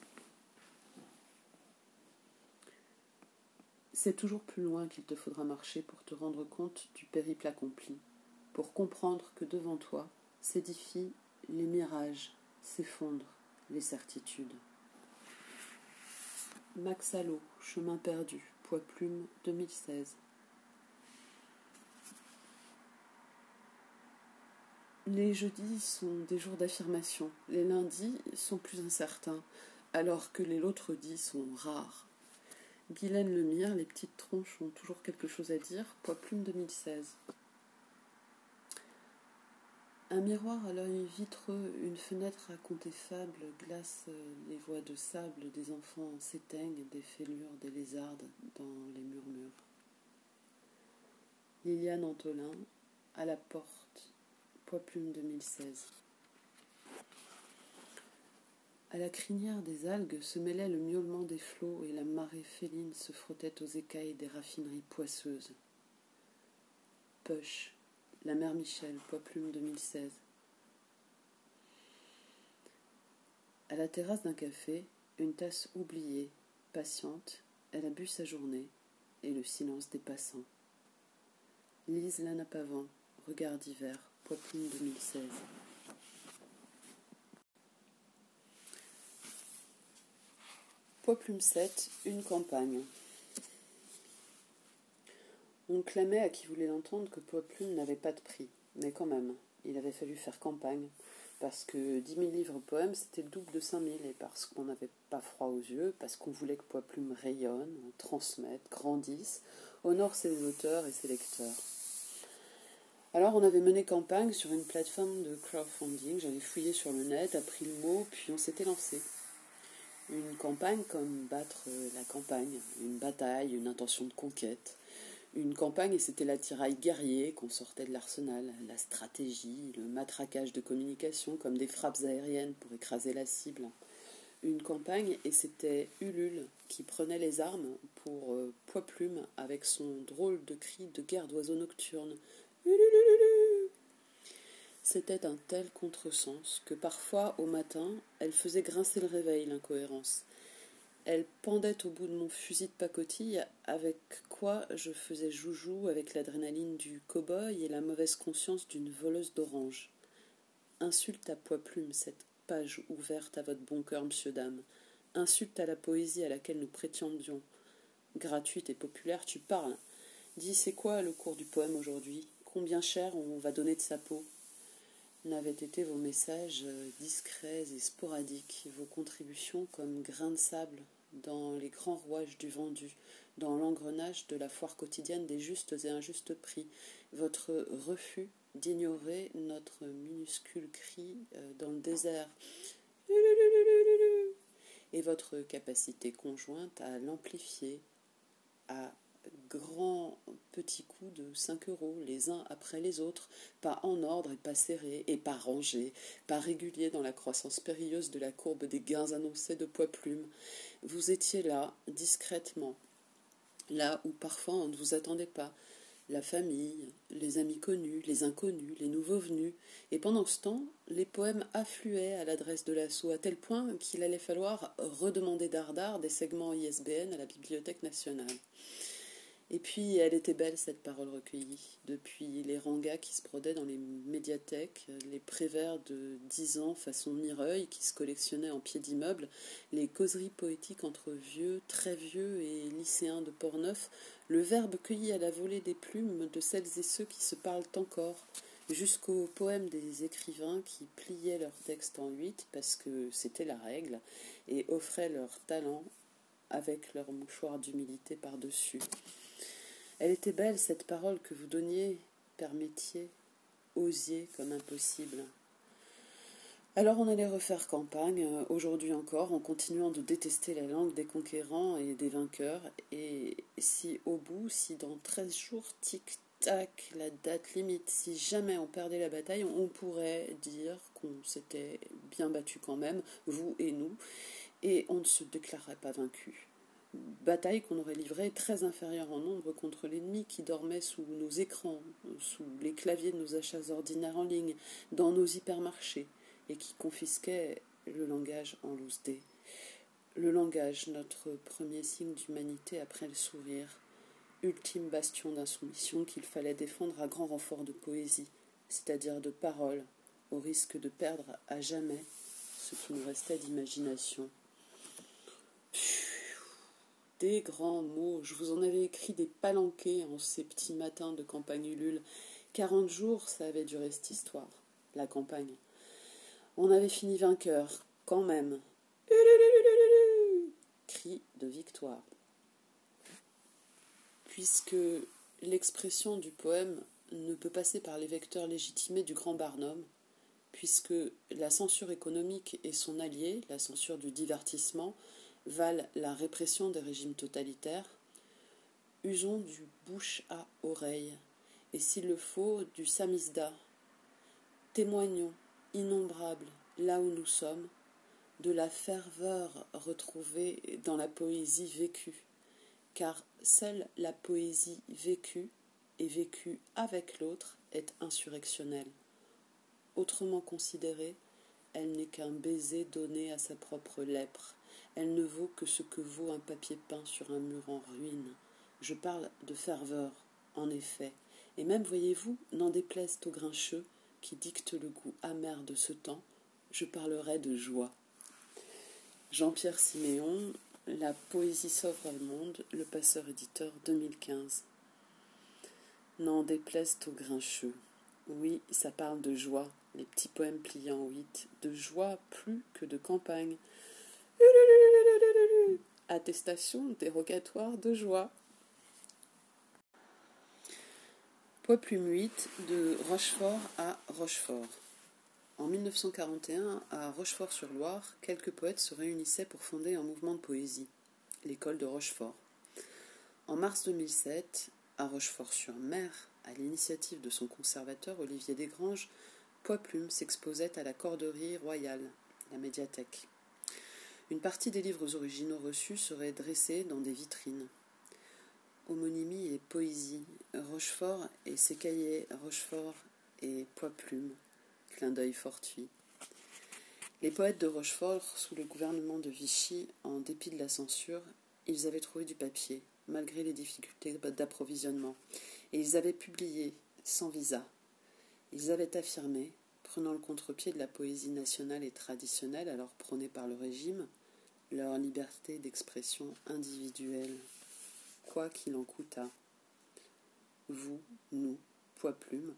C'est toujours plus loin qu'il te faudra marcher pour te rendre compte du périple accompli, pour comprendre que devant toi s'édifient les mirages, s'effondrent les certitudes. Max Allo, Chemin perdu, Poids-plume 2016. Les jeudis sont des jours d'affirmation, les lundis sont plus incertains, alors que les lautredis sont rares. Guylaine Lemire, Les petites tronches ont toujours quelque chose à dire, Poids-plume 2016. Un miroir à l'œil vitreux, une fenêtre à conter fables, glace les voix de sable des enfants s'éteignent, des fêlures, des lézardes dans les murmures. Liliane Antolin, À la porte, Poids-plume 2016. À la crinière des algues se mêlait le miaulement des flots et la marée féline se frottait aux écailles des raffineries poisseuses. Push, La mère Michel, Poids-plume 2016. À la terrasse d'un café, une tasse oubliée, patiente, elle a bu sa journée et le silence des passants. Lise Lana Pavant, Regard d'hiver, Poids-plume 2016. Poids-plume 7, Une campagne. On clamait à qui voulait l'entendre que Poids-plume n'avait pas de prix, mais quand même, il avait fallu faire campagne, parce que 10 000 livres poèmes, c'était le double de 5 000, et parce qu'on n'avait pas froid aux yeux, parce qu'on voulait que Poids-plume rayonne, transmette, grandisse, honore ses auteurs et ses lecteurs. Alors on avait mené campagne sur une plateforme de crowdfunding, j'avais fouillé sur le net, appris le mot, puis on s'était lancé. Une campagne comme battre la campagne, une bataille, une intention de conquête. Une campagne, et c'était l'attirail guerrier qu'on sortait de l'arsenal, la stratégie, le matraquage de communication comme des frappes aériennes pour écraser la cible. Une campagne, et c'était Ulule qui prenait les armes pour Poids-plume avec son drôle de cri de guerre d'oiseau nocturne. Ululululu. C'était un tel contresens que parfois, au matin, elle faisait grincer le réveil, l'incohérence. Elle pendait au bout de mon fusil de pacotille, avec quoi je faisais joujou avec l'adrénaline du cow-boy et la mauvaise conscience d'une voleuse d'orange. Insulte à poids-plume cette page ouverte à votre bon cœur, monsieur, dame. Insulte à la poésie à laquelle nous prétendions. Gratuite et populaire, tu parles. Dis, c'est quoi le cours du poème aujourd'hui? Combien cher on va donner de sa peau? N'avaient été vos messages discrets et sporadiques, vos contributions comme grains de sable dans les grands rouages du vendu, dans l'engrenage de la foire quotidienne des justes et injustes prix, votre refus d'ignorer notre minuscule cri dans le désert, et votre capacité conjointe à l'amplifier à grands petits coups de 5 euros, les uns après les autres, pas en ordre et pas serrés, et pas rangés, pas réguliers dans la croissance périlleuse de la courbe des gains annoncés de poids-plume. Vous étiez là, discrètement, là où parfois on ne vous attendait pas, la famille, les amis connus, les inconnus, les nouveaux venus, et pendant ce temps, les poèmes affluaient à l'adresse de l'assaut à tel point qu'il allait falloir redemander dardard des segments ISBN à la Bibliothèque nationale. Et puis, elle était belle, cette parole recueillie. Depuis les rangas qui se brodaient dans les médiathèques, les prévers de 10 ans façon Mireuil qui se collectionnaient en pied d'immeuble, les causeries poétiques entre vieux, très vieux et lycéens de Port-Neuf, le verbe cueilli à la volée des plumes de celles et ceux qui se parlent encore, jusqu'aux poèmes des écrivains qui pliaient leurs textes en 8 parce que c'était la règle et offraient leur talent avec leur mouchoir d'humilité par-dessus. Elle était belle, cette parole que vous donniez, permettiez, osiez comme impossible. Alors on allait refaire campagne, aujourd'hui encore, en continuant de détester la langue des conquérants et des vainqueurs, et si au bout, si dans 13 jours, tic-tac, la date limite, si jamais on perdait la bataille, on pourrait dire qu'on s'était bien battu quand même, vous et nous, et on ne se déclarerait pas vaincu. Bataille qu'on aurait livrée très inférieure en nombre contre l'ennemi qui dormait sous nos écrans, sous les claviers de nos achats ordinaires en ligne, dans nos hypermarchés, et qui confisquait le langage en loose dé. Le langage, notre premier signe d'humanité après le sourire, ultime bastion d'insoumission qu'il fallait défendre à grand renfort de poésie, c'est-à-dire de paroles, au risque de perdre à jamais ce qui nous restait d'imagination. Des grands mots, je vous en avais écrit des palanqués en ces petits matins de campagne Ulule. 40 jours, ça avait duré cette histoire, la campagne. On avait fini vainqueur, quand même. Cri de victoire. Puisque l'expression du poème ne peut passer par les vecteurs légitimés du grand Barnum, puisque la censure économique est son allié, la censure du divertissement, valent la répression des régimes totalitaires, usons du bouche à oreille, et s'il le faut, du samizdat. Témoignons, innombrables, là où nous sommes, de la ferveur retrouvée dans la poésie vécue, car seule la poésie vécue et vécue avec l'autre est insurrectionnelle. Autrement considérée, elle n'est qu'un baiser donné à sa propre lèpre. Elle ne vaut que ce que vaut un papier peint sur un mur en ruine. Je parle de ferveur, en effet, et même, voyez-vous, n'en déplaise au grincheux qui dicte le goût amer de ce temps, je parlerai de joie. Jean-Pierre Siméon, La poésie s'offre au monde, Le Passeur éditeur 2015. N'en déplaise au grincheux. Oui, ça parle de joie, les petits poèmes pliés en 8, de joie plus que de campagne. Attestation dérogatoire de joie. Poids-plume 8 de Rochefort à Rochefort. En 1941, à Rochefort-sur-Loire, quelques poètes se réunissaient pour fonder un mouvement de poésie, l'école de Rochefort. En mars 2007, à Rochefort-sur-Mer, à l'initiative de son conservateur Olivier Desgranges, Poids-plume s'exposait à la Corderie royale, la médiathèque. Une partie des livres originaux reçus serait dressée dans des vitrines. Homonymie et poésie, Rochefort et ses cahiers, Rochefort et Poids-plume, clin d'œil fortuit. Les poètes de Rochefort, sous le gouvernement de Vichy, en dépit de la censure, ils avaient trouvé du papier, malgré les difficultés d'approvisionnement, et ils avaient publié, sans visa. Ils avaient affirmé, prenant le contre-pied de la poésie nationale et traditionnelle alors prônée par le régime, leur liberté d'expression individuelle, quoi qu'il en coûtât. Vous, nous, Poids-Plume,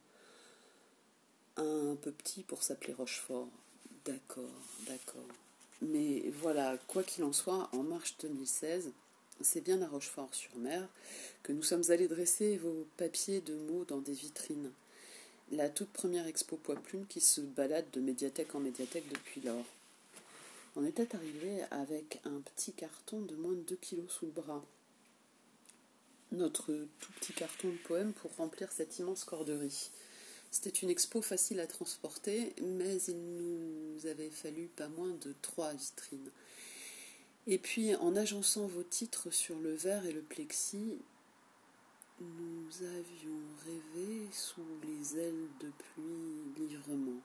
un peu petit pour s'appeler Rochefort. D'accord. Mais voilà, quoi qu'il en soit, en mars 2016, c'est bien à Rochefort-sur-Mer que nous sommes allés dresser vos papiers de mots dans des vitrines. La toute première expo Poids-Plume qui se balade de médiathèque en médiathèque depuis lors. On était arrivé avec un petit carton de moins de 2 kilos sous le bras. Notre tout petit carton de poèmes pour remplir cette immense corderie. C'était une expo facile à transporter, mais il nous avait fallu pas moins de 3 vitrines. Et puis, en agençant vos titres sur le verre et le plexi, nous avions rêvé sous les ailes de pluie livrement.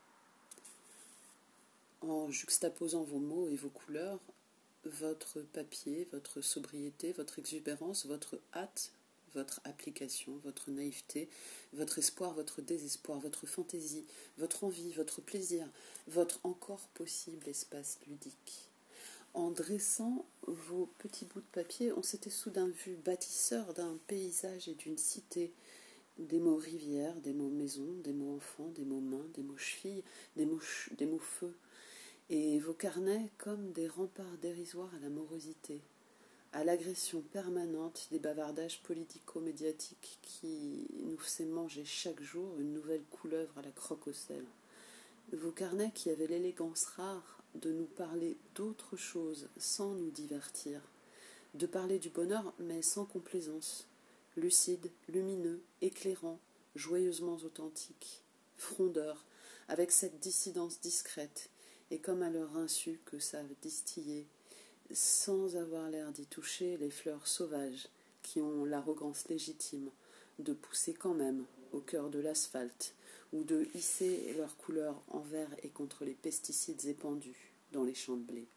En juxtaposant vos mots et vos couleurs, votre papier, votre sobriété, votre exubérance, votre hâte, votre application, votre naïveté, votre espoir, votre désespoir, votre fantaisie, votre envie, votre plaisir, votre encore possible espace ludique. En dressant vos petits bouts de papier, on s'était soudain vu bâtisseur d'un paysage et d'une cité, des mots rivière, des mots maison, des mots enfant, des mots main, des mots cheville, des mots feu, et vos carnets comme des remparts dérisoires à la morosité, à l'agression permanente des bavardages politico-médiatiques qui nous faisaient manger chaque jour une nouvelle couleuvre à la croque au sel. Vos carnets qui avaient l'élégance rare de nous parler d'autre chose sans nous divertir, de parler du bonheur mais sans complaisance, lucide, lumineux, éclairant, joyeusement authentique, frondeur, avec cette dissidence discrète, et comme à leur insu que savent distiller, sans avoir l'air d'y toucher, les fleurs sauvages qui ont l'arrogance légitime de pousser quand même au cœur de l'asphalte ou de hisser leurs couleurs envers et contre les pesticides épandus dans les champs de blé.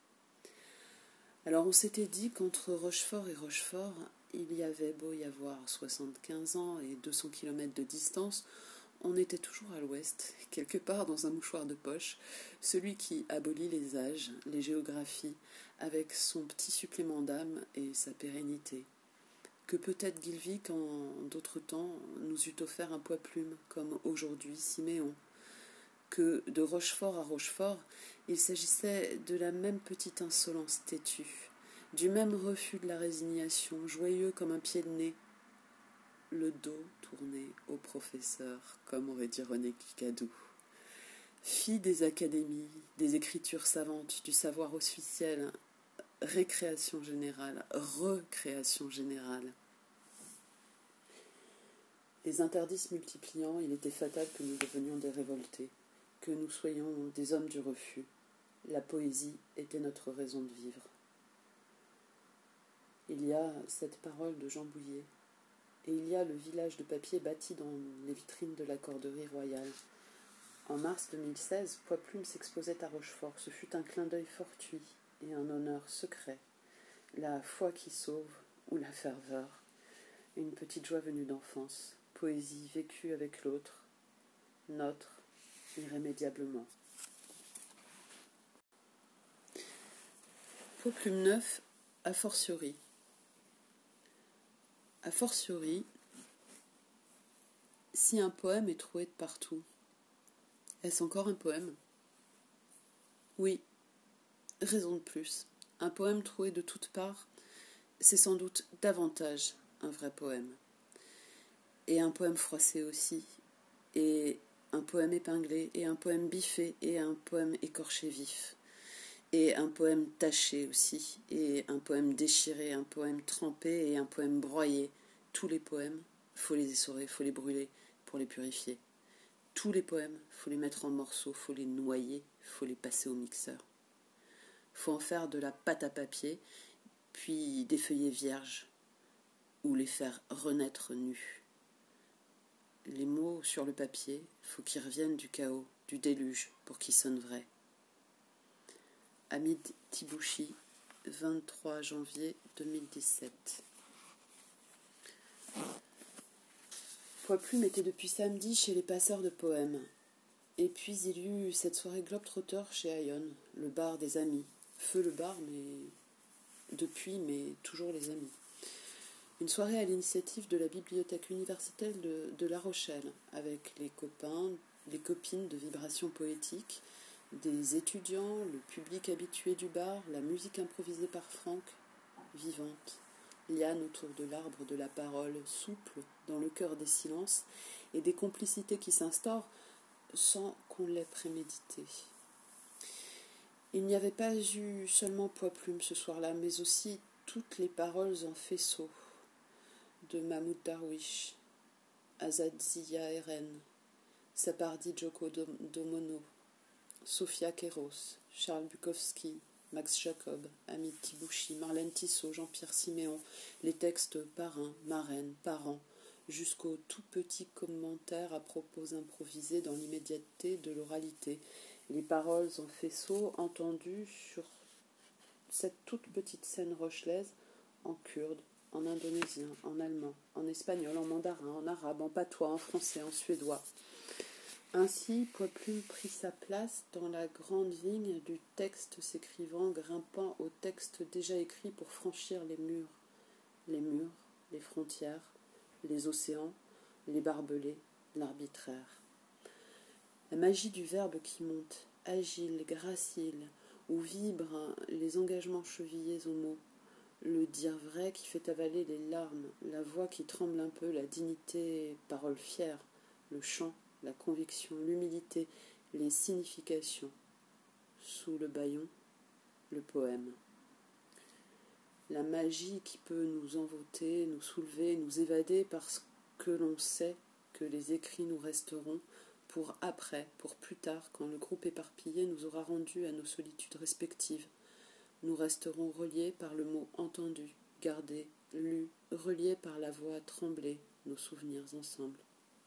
Alors on s'était dit qu'entre Rochefort et Rochefort, il y avait beau y avoir 75 ans et 200 kilomètres de distance, on était toujours à l'ouest, quelque part dans un mouchoir de poche, celui qui abolit les âges, les géographies, avec son petit supplément d'âme et sa pérennité. Que peut-être Guilvic, en d'autres temps, nous eût offert un Poids-Plume, comme aujourd'hui Siméon. Que de Rochefort à Rochefort, il s'agissait de la même petite insolence têtue, du même refus de la résignation, joyeux comme un pied de nez, le dos tourné au professeur, comme aurait dit René Kikadou. Fille des académies, des écritures savantes, du savoir officiel, récréation générale, recréation générale. Les interdits se multipliant, il était fatal que nous devenions des révoltés, que nous soyons des hommes du refus. La poésie était notre raison de vivre. Il y a cette parole de Jean Bouillet, et il y a le village de papier bâti dans les vitrines de la Corderie royale. En mars 2016, Poids-Plume s'exposait à Rochefort. Ce fut un clin d'œil fortuit et un honneur secret. La foi qui sauve, ou la ferveur, une petite joie venue d'enfance, poésie vécue avec l'autre, notre, irrémédiablement. Poids-Plume neuf, a fortiori. A fortiori, si un poème est troué de partout, est-ce encore un poème ? Oui, raison de plus. Un poème troué de toutes parts, c'est sans doute davantage un vrai poème. Et un poème froissé aussi, et un poème épinglé, et un poème biffé, et un poème écorché vif, et un poème taché aussi, et un poème déchiré, un poème trempé, et un poème broyé. Tous les poèmes, faut les essorer, faut les brûler pour les purifier. Tous les poèmes, faut les mettre en morceaux, faut les noyer, faut les passer au mixeur. Faut en faire de la pâte à papier, puis des feuillets vierges, ou les faire renaître nus. Les mots sur le papier, faut qu'ils reviennent du chaos, du déluge pour qu'il sonne vrai. Hamid Tibouchi, 23 janvier 2017. Poiplume était depuis samedi chez les passeurs de poèmes. Et puis il y eut cette soirée globe-trotter chez Ayon, le bar des amis. Feu le bar, mais toujours les amis. Une soirée à l'initiative de la bibliothèque universitaire de La Rochelle, avec les copains, les copines de vibrations poétiques, des étudiants, le public habitué du bar, la musique improvisée par Franck, vivante, liane autour de l'arbre de la parole, souple dans le cœur des silences, et des complicités qui s'instaurent sans qu'on l'ait prémédité. Il n'y avait pas eu seulement Poiplume ce soir-là, mais aussi toutes les paroles en faisceau de Mahmoud Darwish, Azad Zia Eren, Sapardi Djoko Domono, Sofia Kéros, Charles Bukowski, Max Jacob, Hamid Tibouchi, Marlène Tissot, Jean-Pierre Siméon, les textes parrains, marraines, parents, jusqu'aux tout petits commentaires à propos improvisés dans l'immédiateté de l'oralité, les paroles en faisceau entendues sur cette toute petite scène rochelaise en kurde, en indonésien, en allemand, en espagnol, en mandarin, en arabe, en patois, en français, en suédois. Ainsi, Poiplume prit sa place dans la grande vigne du texte s'écrivant, grimpant au texte déjà écrit pour franchir les murs, les frontières, les océans, les barbelés, l'arbitraire. La magie du verbe qui monte, agile, gracile, où vibrent les engagements chevillés aux mots, le dire vrai qui fait avaler les larmes, la voix qui tremble un peu, la dignité, parole fière, le chant, la conviction, l'humilité, les significations. Sous le bâillon, le poème. La magie qui peut nous envoûter, nous soulever, nous évader parce que l'on sait que les écrits nous resteront pour après, pour plus tard, quand le groupe éparpillé nous aura rendus à nos solitudes respectives. Nous resterons reliés par le mot entendu, gardé, lu, reliés par la voix tremblée, nos souvenirs ensemble.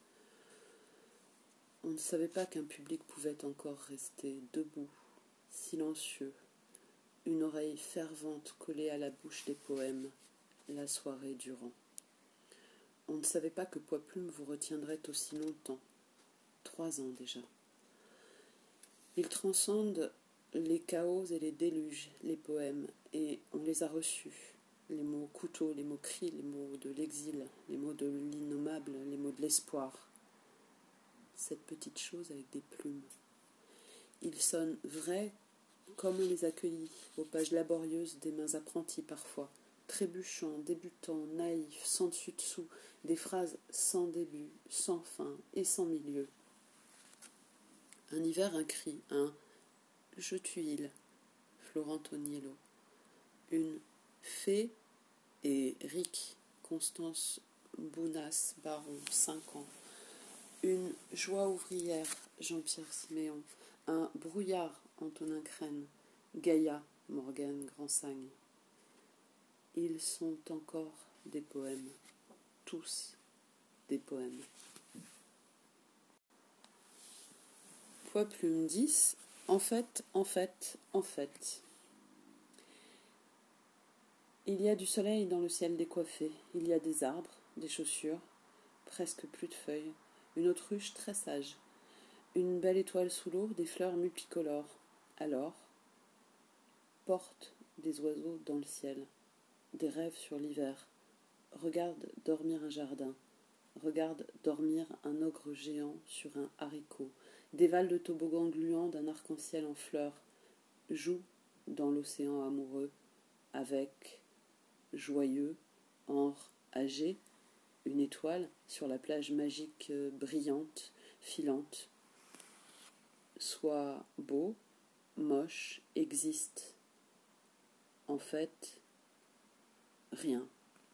On ne savait pas qu'un public pouvait encore rester debout, silencieux, une oreille fervente collée à la bouche des poèmes, la soirée durant. On ne savait pas que Poiplume vous retiendrait aussi longtemps, 3 ans déjà. Ils transcendent les chaos et les déluges, les poèmes, et on les a reçus. Les mots couteau, les mots cris, les mots de l'exil, les mots de l'innommable, les mots de l'espoir. Cette petite chose avec des plumes. Ils sonnent vrais comme on les accueillit, aux pages laborieuses des mains apprenties parfois, trébuchants, débutants, naïfs, sans dessus-dessous, des phrases sans début, sans fin et sans milieu. Un hiver, un cri, un « je tuile », Florent Toniello. Une fée et Rick, Constance Bounas, Baron, 5 ans. Une joie ouvrière, Jean-Pierre Siméon. Un brouillard, Antonin Crène. Gaïa, Morgane Grandsagne. Ils sont encore des poèmes, tous des poèmes. Poiplume 10, en fait. Il y a du soleil dans le ciel décoiffé, il y a des arbres, des chaussures, presque plus de feuilles, une autruche très sage, une belle étoile sous l'eau, des fleurs multicolores. Alors, porte des oiseaux dans le ciel, des rêves sur l'hiver. Regarde dormir un jardin, regarde dormir un ogre géant sur un haricot, dévale le toboggan gluant d'un arc-en-ciel en fleurs, joue dans l'océan amoureux, avec, joyeux, ambre âgé, une étoile sur la plage magique brillante, filante. Soit beau, moche, existe. En fait, rien.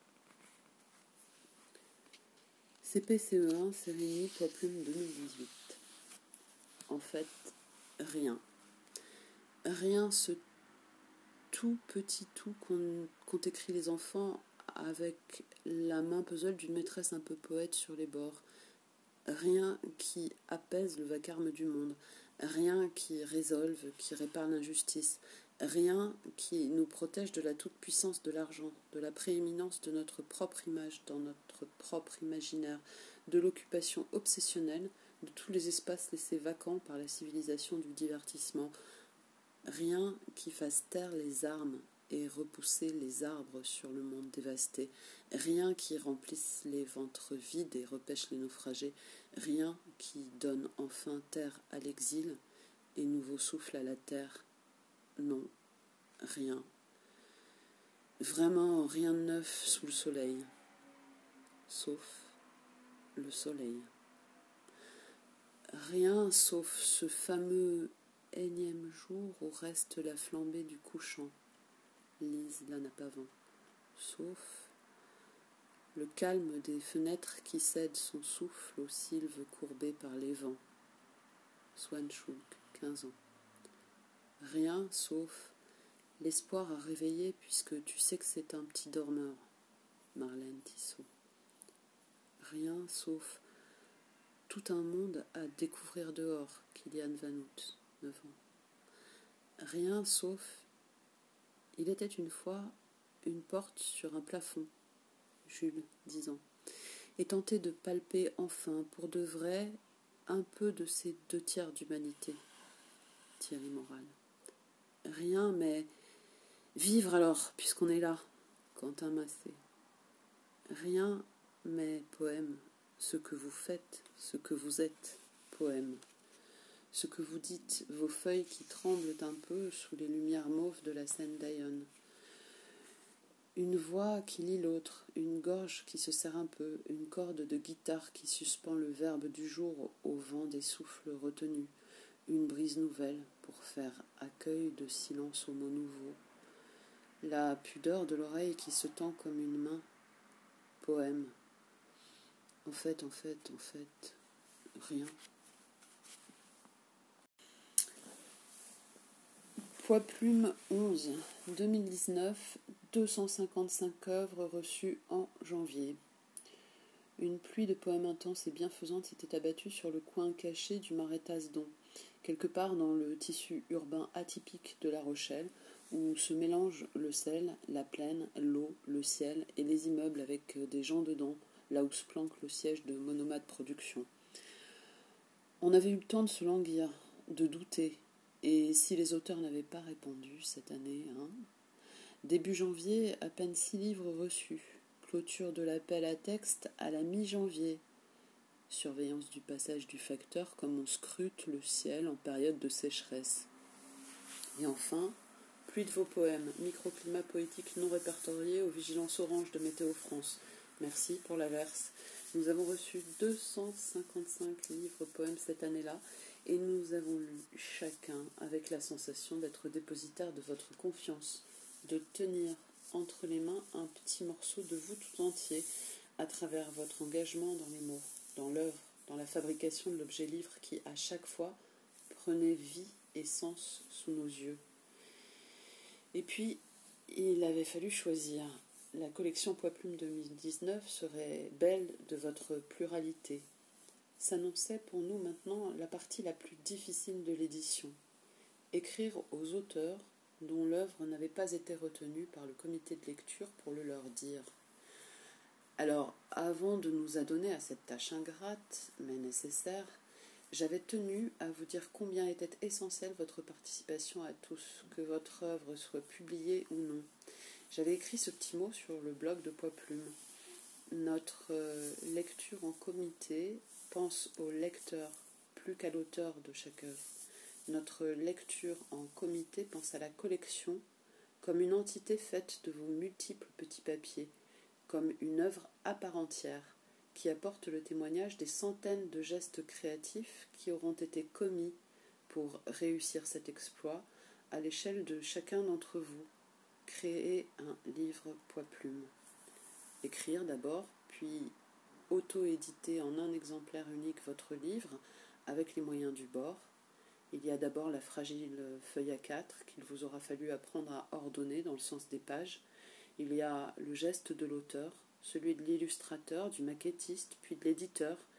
CPCE1, Sérénie, Poiplume 2018. En fait, rien. Rien, ce tout petit tout qu'ont écrit les enfants avec la main puzzle d'une maîtresse un peu poète sur les bords. rien qui apaise le vacarme du monde, rien qui résolve, qui répare l'injustice, rien qui nous protège de la toute-puissance de l'argent, de la prééminence de notre propre image dans notre propre imaginaire, de l'occupation obsessionnelle de tous les espaces laissés vacants par la civilisation du divertissement, rien qui fasse taire les armes et repousser les arbres sur le monde dévasté, rien qui remplisse les ventres vides et repêche les naufragés, rien qui donne enfin terre à l'exil et nouveau souffle à la terre. Non, rien. Vraiment rien de neuf sous le soleil, sauf le soleil. Rien sauf ce fameux énième jour où reste la flambée du couchant. Lise la nappe avant, sauf le calme des fenêtres qui cèdent son souffle aux sylves courbées par les vents. Swan Schulk, 15 ans. Rien sauf l'espoir à réveiller puisque tu sais que c'est un petit dormeur. Marlène Tissot. Rien sauf tout un monde à découvrir dehors. Kilian Vanout, 9 ans. Rien sauf il était une fois une porte sur un plafond. Jules, 10 ans. Et tenter de palper enfin, pour de vrai, un peu de ces 2/3 d'humanité. Thierry Moral. Rien, mais vivre alors, puisqu'on est là. Quentin Massé. Rien, mais poème. Ce que vous faites, ce que vous êtes, poème. Ce que vous dites, vos feuilles qui tremblent un peu sous les lumières mauves de la scène d'Ayonne. Une voix qui lit l'autre, une gorge qui se serre un peu, une corde de guitare qui suspend le verbe du jour au vent des souffles retenus, une brise nouvelle pour faire accueil de silence aux mots nouveaux. La pudeur de l'oreille qui se tend comme une main, poème. En fait, rien. Poids Plume 11, 2019, 255 œuvres reçues en janvier. Une pluie de poèmes intenses et bienfaisantes s'était abattue sur le coin caché du marais Tasdon, quelque part dans le tissu urbain atypique de La Rochelle, où se mélangent le sel, la plaine, l'eau, le ciel et les immeubles avec des gens dedans, là où se planque le siège de Monomad Productions. On avait eu le temps de se languir, de douter, et si les auteurs n'avaient pas répondu cette année, Début janvier, à peine 6 livres reçus. Clôture de l'appel à texte à la mi-janvier. Surveillance du passage du facteur comme on scrute le ciel en période de sécheresse. Et enfin, pluie de vos poèmes, microclimat poétique non répertorié aux vigilances orange de Météo France. Merci pour l'averse. Nous avons reçu 255 livres poèmes cette année-là et nous avons lu chacun avec la sensation d'être dépositaire de votre confiance, de tenir entre les mains un petit morceau de vous tout entier à travers votre engagement dans les mots, dans l'œuvre, dans la fabrication de l'objet livre qui, à chaque fois, prenait vie et sens sous nos yeux. Et puis, il avait fallu choisir. La collection Poids Plume 2019 serait belle de votre pluralité. S'annonçait pour nous maintenant la partie la plus difficile de l'édition. Écrire aux auteurs dont l'œuvre n'avait pas été retenue par le comité de lecture pour le leur dire. Alors, avant de nous adonner à cette tâche ingrate, mais nécessaire, j'avais tenu à vous dire combien était essentielle votre participation à tous, que votre œuvre soit publiée ou non. J'avais écrit ce petit mot sur le blog de Poids Plume. Notre lecture en comité pense au lecteur plus qu'à l'auteur de chaque œuvre. Notre lecture en comité pense à la collection comme une entité faite de vos multiples petits papiers, comme une œuvre à part entière qui apporte le témoignage des centaines de gestes créatifs qui auront été commis pour réussir cet exploit à l'échelle de chacun d'entre vous. Créer un livre Poids Plume. Écrire d'abord, puis auto-éditer en un exemplaire unique votre livre avec les moyens du bord. Il y a d'abord la fragile feuille A4 qu'il vous aura fallu apprendre à ordonner dans le sens des pages. Il y a le geste de l'auteur, celui de l'illustrateur, du maquettiste, puis de l'éditeur,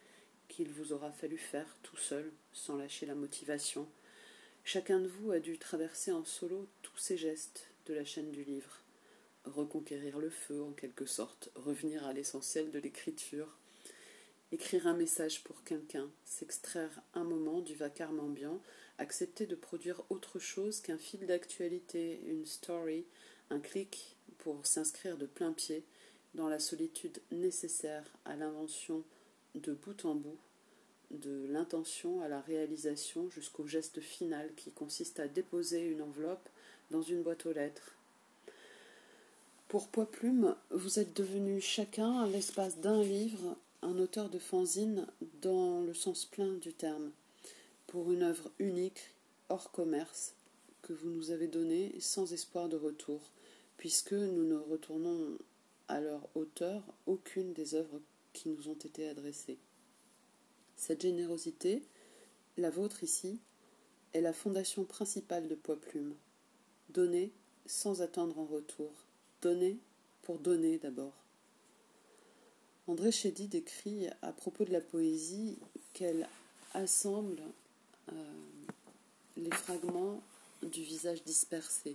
qu'il vous aura fallu faire tout seul, sans lâcher la motivation. Chacun de vous a dû traverser en solo tous ces gestes de la chaîne du livre. Reconquérir le feu, en quelque sorte, revenir à l'essentiel de l'écriture, écrire un message pour quelqu'un, s'extraire un moment du vacarme ambiant, accepter de produire autre chose qu'un fil d'actualité, une story, un clic pour s'inscrire de plein pied dans la solitude nécessaire à l'invention de bout en bout, de l'intention à la réalisation jusqu'au geste final qui consiste à déposer une enveloppe dans une boîte aux lettres. Pour Poids Plume, vous êtes devenus chacun, à l'espace d'un livre, un auteur de fanzine dans le sens plein du terme, pour une œuvre unique, hors commerce, que vous nous avez donnée sans espoir de retour, puisque nous ne retournons à leur auteur aucune des œuvres qui nous ont été adressées. Cette générosité, la vôtre ici, est la fondation principale de Poids Plume. Donner sans attendre en retour. Donner pour donner d'abord. André Chédid écrit à propos de la poésie qu'elle assemble les fragments du visage dispersé.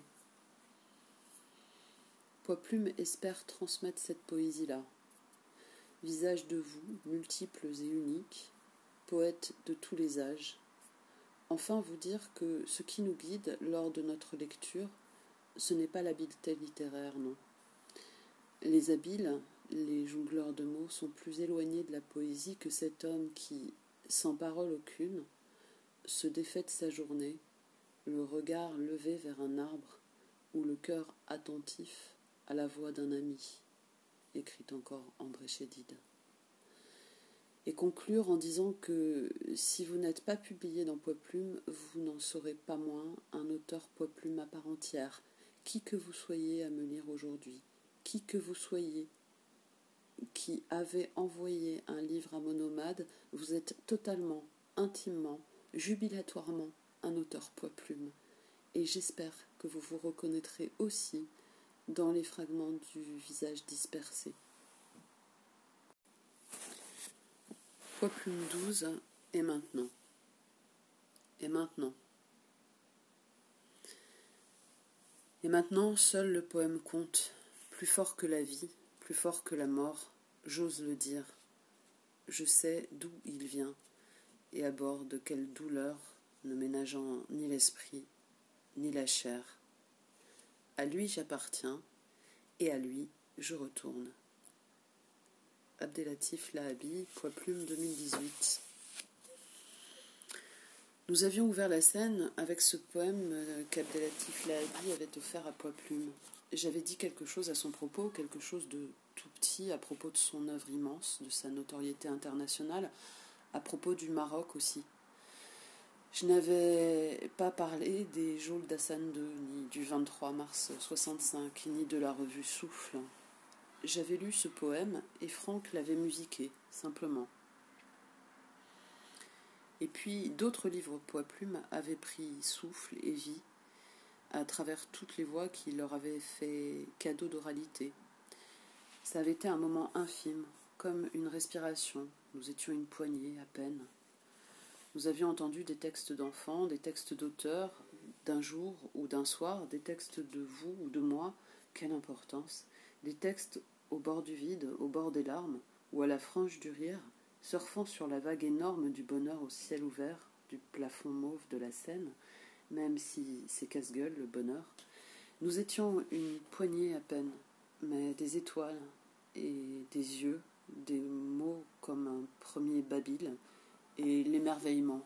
Poids Plume espère transmettre cette poésie-là. Visage de vous, multiples et uniques, poètes de tous les âges. Enfin vous dire que ce qui nous guide lors de notre lecture, ce n'est pas l'habileté littéraire, non. Les habiles, les jongleurs de mots sont plus éloignés de la poésie que cet homme qui, sans parole aucune, se défait de sa journée, le regard levé vers un arbre ou le cœur attentif à la voix d'un ami, écrit encore André Chédid. Et conclure en disant que si vous n'êtes pas publié dans Poids Plume, vous n'en serez pas moins un auteur Poids Plume à part entière, qui que vous soyez à me lire aujourd'hui, qui que vous soyez qui avez envoyé un livre à Monomade, vous êtes totalement, intimement, jubilatoirement un auteur Poids Plume. Et j'espère que vous vous reconnaîtrez aussi dans les fragments du visage dispersé. Poids Plume 12, et maintenant. Et maintenant. Et maintenant, seul le poème compte, plus fort que la vie, plus fort que la mort, j'ose le dire. Je sais d'où il vient, et à bord de quelle douleur, ne ménageant ni l'esprit, ni la chair. À lui j'appartiens, et à lui je retourne. Abdellatif Lahabi, Poids Plume 2018. Nous avions ouvert la scène avec ce poème qu'Abdellatif Lahabi avait offert à Poids Plume. J'avais dit quelque chose à son propos, quelque chose de tout petit à propos de son œuvre immense, de sa notoriété internationale, à propos du Maroc aussi. Je n'avais pas parlé des geôles d'Hassan II, ni du 23 mars 65, ni de la revue Souffle. J'avais lu ce poème et Franck l'avait musiqué, simplement. Et puis d'autres livres Poids Plume avaient pris souffle et vie à travers toutes les voix qui leur avaient fait cadeau d'oralité. Ça avait été un moment infime, comme une respiration. Nous étions une poignée à peine. Nous avions entendu des textes d'enfants, des textes d'auteurs, d'un jour ou d'un soir, des textes de vous ou de moi, quelle importance, des textes au bord du vide, au bord des larmes, ou à la frange du rire, surfant sur la vague énorme du bonheur au ciel ouvert, du plafond mauve de la Seine, même si c'est casse-gueule le bonheur. Nous étions une poignée à peine, mais des étoiles et des yeux, des mots comme un premier babil, et l'émerveillement.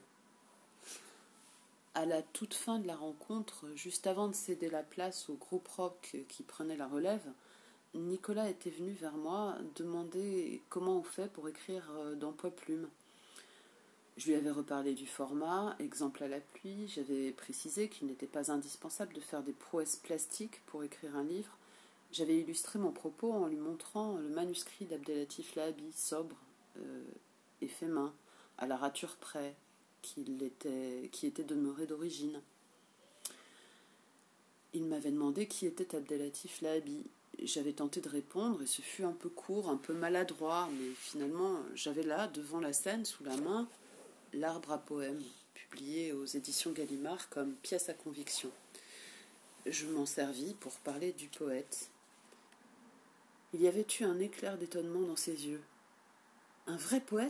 À la toute fin de la rencontre, juste avant de céder la place au groupe rock qui prenait la relève, Nicolas était venu vers moi demander comment on fait pour écrire dans Poids Plume. Je lui avais reparlé du format, exemple à l'appui, j'avais précisé qu'il n'était pas indispensable de faire des prouesses plastiques pour écrire un livre. J'avais illustré mon propos en lui montrant le manuscrit d'Abdellatif Lahabi, sobre et fait main, à la rature près, qui était demeuré d'origine. Il m'avait demandé qui était Abdellatif Lahabi. j'avais tenté de répondre et ce fut un peu court, un peu maladroit, mais finalement j'avais là, devant la scène, sous la main, L'Arbre à poèmes, publié aux éditions Gallimard comme pièce à conviction. Je m'en servis pour parler du poète. Il y avait eu un éclair d'étonnement dans ses yeux. Un vrai poète ?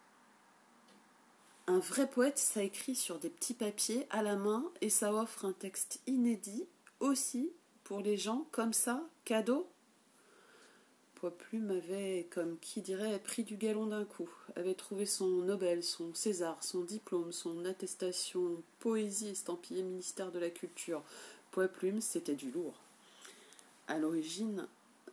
Un vrai poète, ça écrit sur des petits papiers à la main et ça offre un texte inédit aussi pour les gens comme ça, cadeau. Poids-Plume avait, comme qui dirait, pris du galon d'un coup, avait trouvé son Nobel, son César, son diplôme, son attestation poésie estampillée ministère de la Culture. Poids-Plume, c'était du lourd. À l'origine,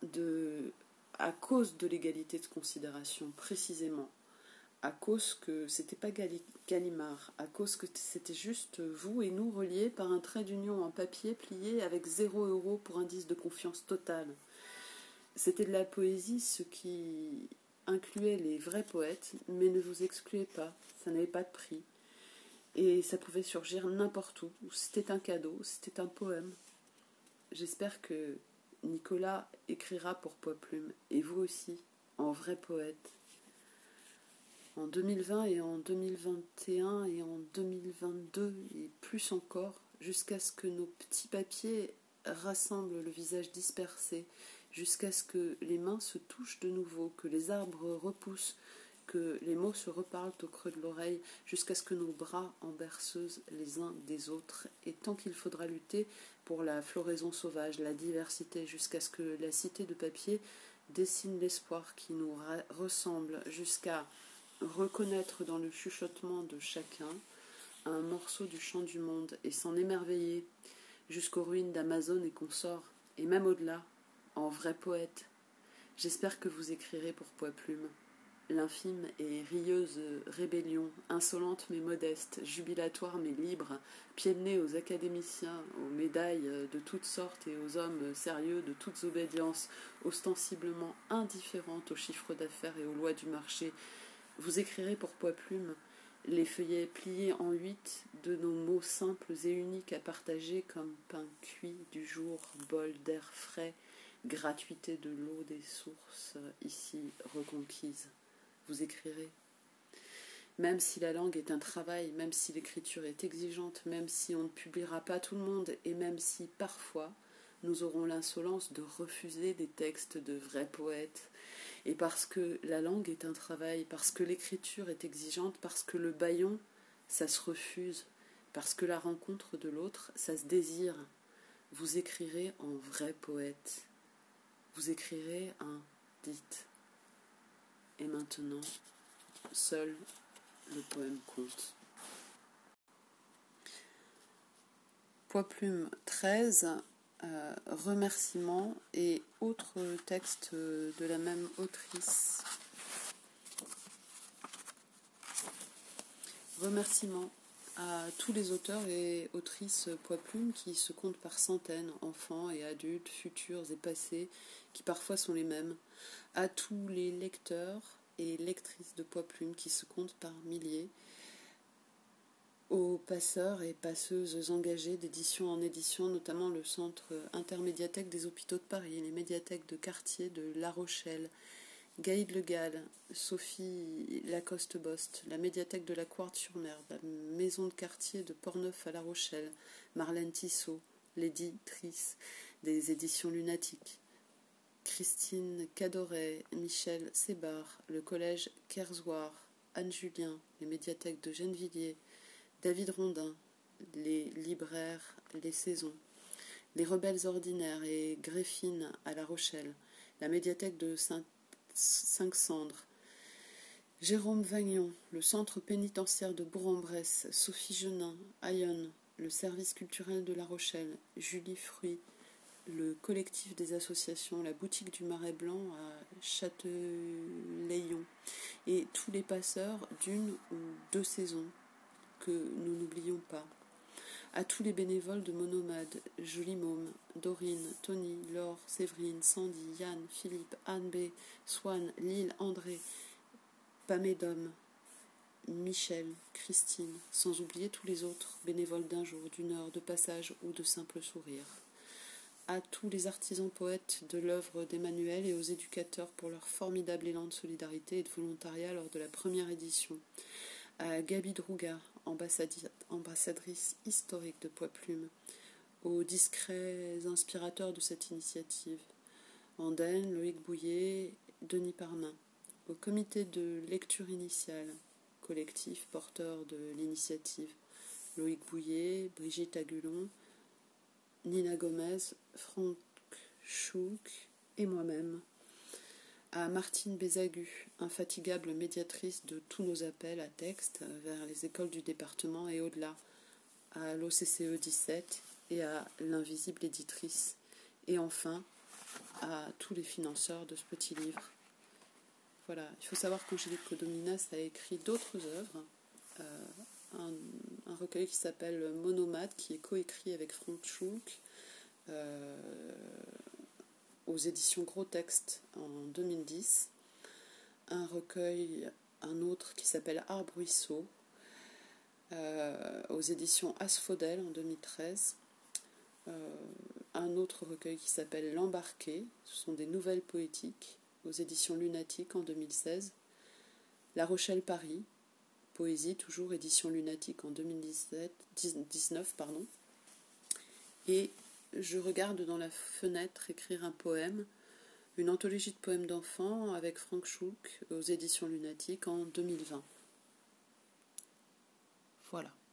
à cause de l'égalité de considération, précisément, à cause que c'était pas Gallimard, à cause que c'était juste vous et nous reliés par un trait d'union en papier plié avec 0 € pour indice de confiance totale. C'était de la poésie, ce qui incluait les vrais poètes, mais ne vous excluait pas, ça n'avait pas de prix. Et ça pouvait surgir n'importe où, c'était un cadeau, c'était un poème. J'espère que Nicolas écrira pour Poids-Plume, et vous aussi, en vrai poète. En 2020 et en 2021 et en 2022 et plus encore, jusqu'à ce que nos petits papiers rassemblent le visage dispersé, jusqu'à ce que les mains se touchent de nouveau, que les arbres repoussent, que les mots se reparlent au creux de l'oreille, jusqu'à ce que nos bras en berceuse les uns des autres, et tant qu'il faudra lutter pour la floraison sauvage, la diversité, jusqu'à ce que la cité de papier dessine l'espoir qui nous ressemble, jusqu'à reconnaître dans le chuchotement de chacun un morceau du chant du monde et s'en émerveiller jusqu'aux ruines d'Amazon et consorts, et même au-delà, en vrai poète. J'espère que vous écrirez pour Poids-Plume. L'infime et rieuse rébellion, insolente mais modeste, jubilatoire mais libre, pied de nez aux académiciens, aux médailles de toutes sortes et aux hommes sérieux de toutes obédiences, ostensiblement indifférentes aux chiffres d'affaires et aux lois du marché. Vous écrirez pour Poids-Plume les feuillets pliés en 8 de nos mots simples et uniques à partager comme pain cuit du jour, bol d'air frais, gratuité de l'eau des sources ici reconquises. Vous écrirez. Même si la langue est un travail, même si l'écriture est exigeante, même si on ne publiera pas tout le monde, et même si parfois nous aurons l'insolence de refuser des textes de vrais poètes, et parce que la langue est un travail, parce que l'écriture est exigeante, parce que le bâillon, ça se refuse, parce que la rencontre de l'autre, ça se désire, vous écrirez en vrai poète. Vous écrirez un dites. Et maintenant, seul le poème compte. Poids-Plume 13, remerciements et autres textes de la même autrice. Remerciements à tous les auteurs et autrices Poids-Plume qui se comptent par centaines, enfants et adultes, futurs et passés, qui parfois sont les mêmes. À tous les lecteurs et lectrices de Poids-Plume qui se comptent par milliers. Aux passeurs et passeuses engagés d'édition en édition, notamment le centre intermédiathèque des hôpitaux de Paris, les médiathèques de quartier de La Rochelle, Gaïd Le Gall, Sophie Lacoste-Bost, la médiathèque de la Couarde-sur-Mer, la maison de quartier de Portneuf à La Rochelle, Marlène Tissot, l'éditrice des éditions Lunatiques, Christine Cadoret, Michel Sébar, le collège Kerzoir, Anne Julien, les médiathèques de Gennevilliers, David Rondin, les libraires Les Saisons, les Rebelles Ordinaires et Greffine à La Rochelle, la médiathèque de Saint-Cendres, Jérôme Vagnon, le centre pénitentiaire de Bourg-en-Bresse, Sophie Genin, Ayonne, le service culturel de La Rochelle, Julie Fruit, le collectif des associations, la boutique du Marais Blanc à Châtelaillon, et tous les passeurs d'une ou deux saisons que nous n'oublions pas. À tous les bénévoles de Monomade, Julie Môme, Dorine, Tony, Laure, Séverine, Sandy, Yann, Philippe, Anne B, Swan, Lille, André, Pamédom, Michel, Christine, sans oublier tous les autres bénévoles d'un jour, d'une heure, de passage ou de simple sourire. à tous les artisans poètes de l'œuvre d'Emmanuel et aux éducateurs pour leur formidable élan de solidarité et de volontariat lors de la première édition. À Gaby Drouga, ambassadrice historique de Poids-Plume, aux discrets inspirateurs de cette initiative, Andenne, Loïc Bouillet, Denis Parnin, au comité de lecture initiale, collectif porteur de l'initiative, Loïc Bouillet, Brigitte Agulon, Nina Gomez, Franck Chouk et moi-même. À Martine Bézagu, infatigable médiatrice de tous nos appels à texte vers les écoles du département et au-delà, à l'OCCE 17 et à l'Invisible éditrice, et enfin à tous les financeurs de ce petit livre. Voilà, il faut savoir qu'Angélique Codominas a écrit d'autres œuvres, un recueil qui s'appelle Monomade, qui est coécrit avec Franck Chouk, aux éditions Gros Texte en 2010, un autre qui s'appelle Arbruisseau, aux éditions Asphodel en 2013, un autre recueil qui s'appelle L'Embarqué, ce sont des nouvelles poétiques, aux éditions Lunatique en 2016, La Rochelle-Paris, poésie, toujours édition Lunatique en 2019, et je regarde dans la fenêtre écrire un poème, une anthologie de poèmes d'enfants avec Franck Chouk aux éditions Lunatique en 2020. Voilà.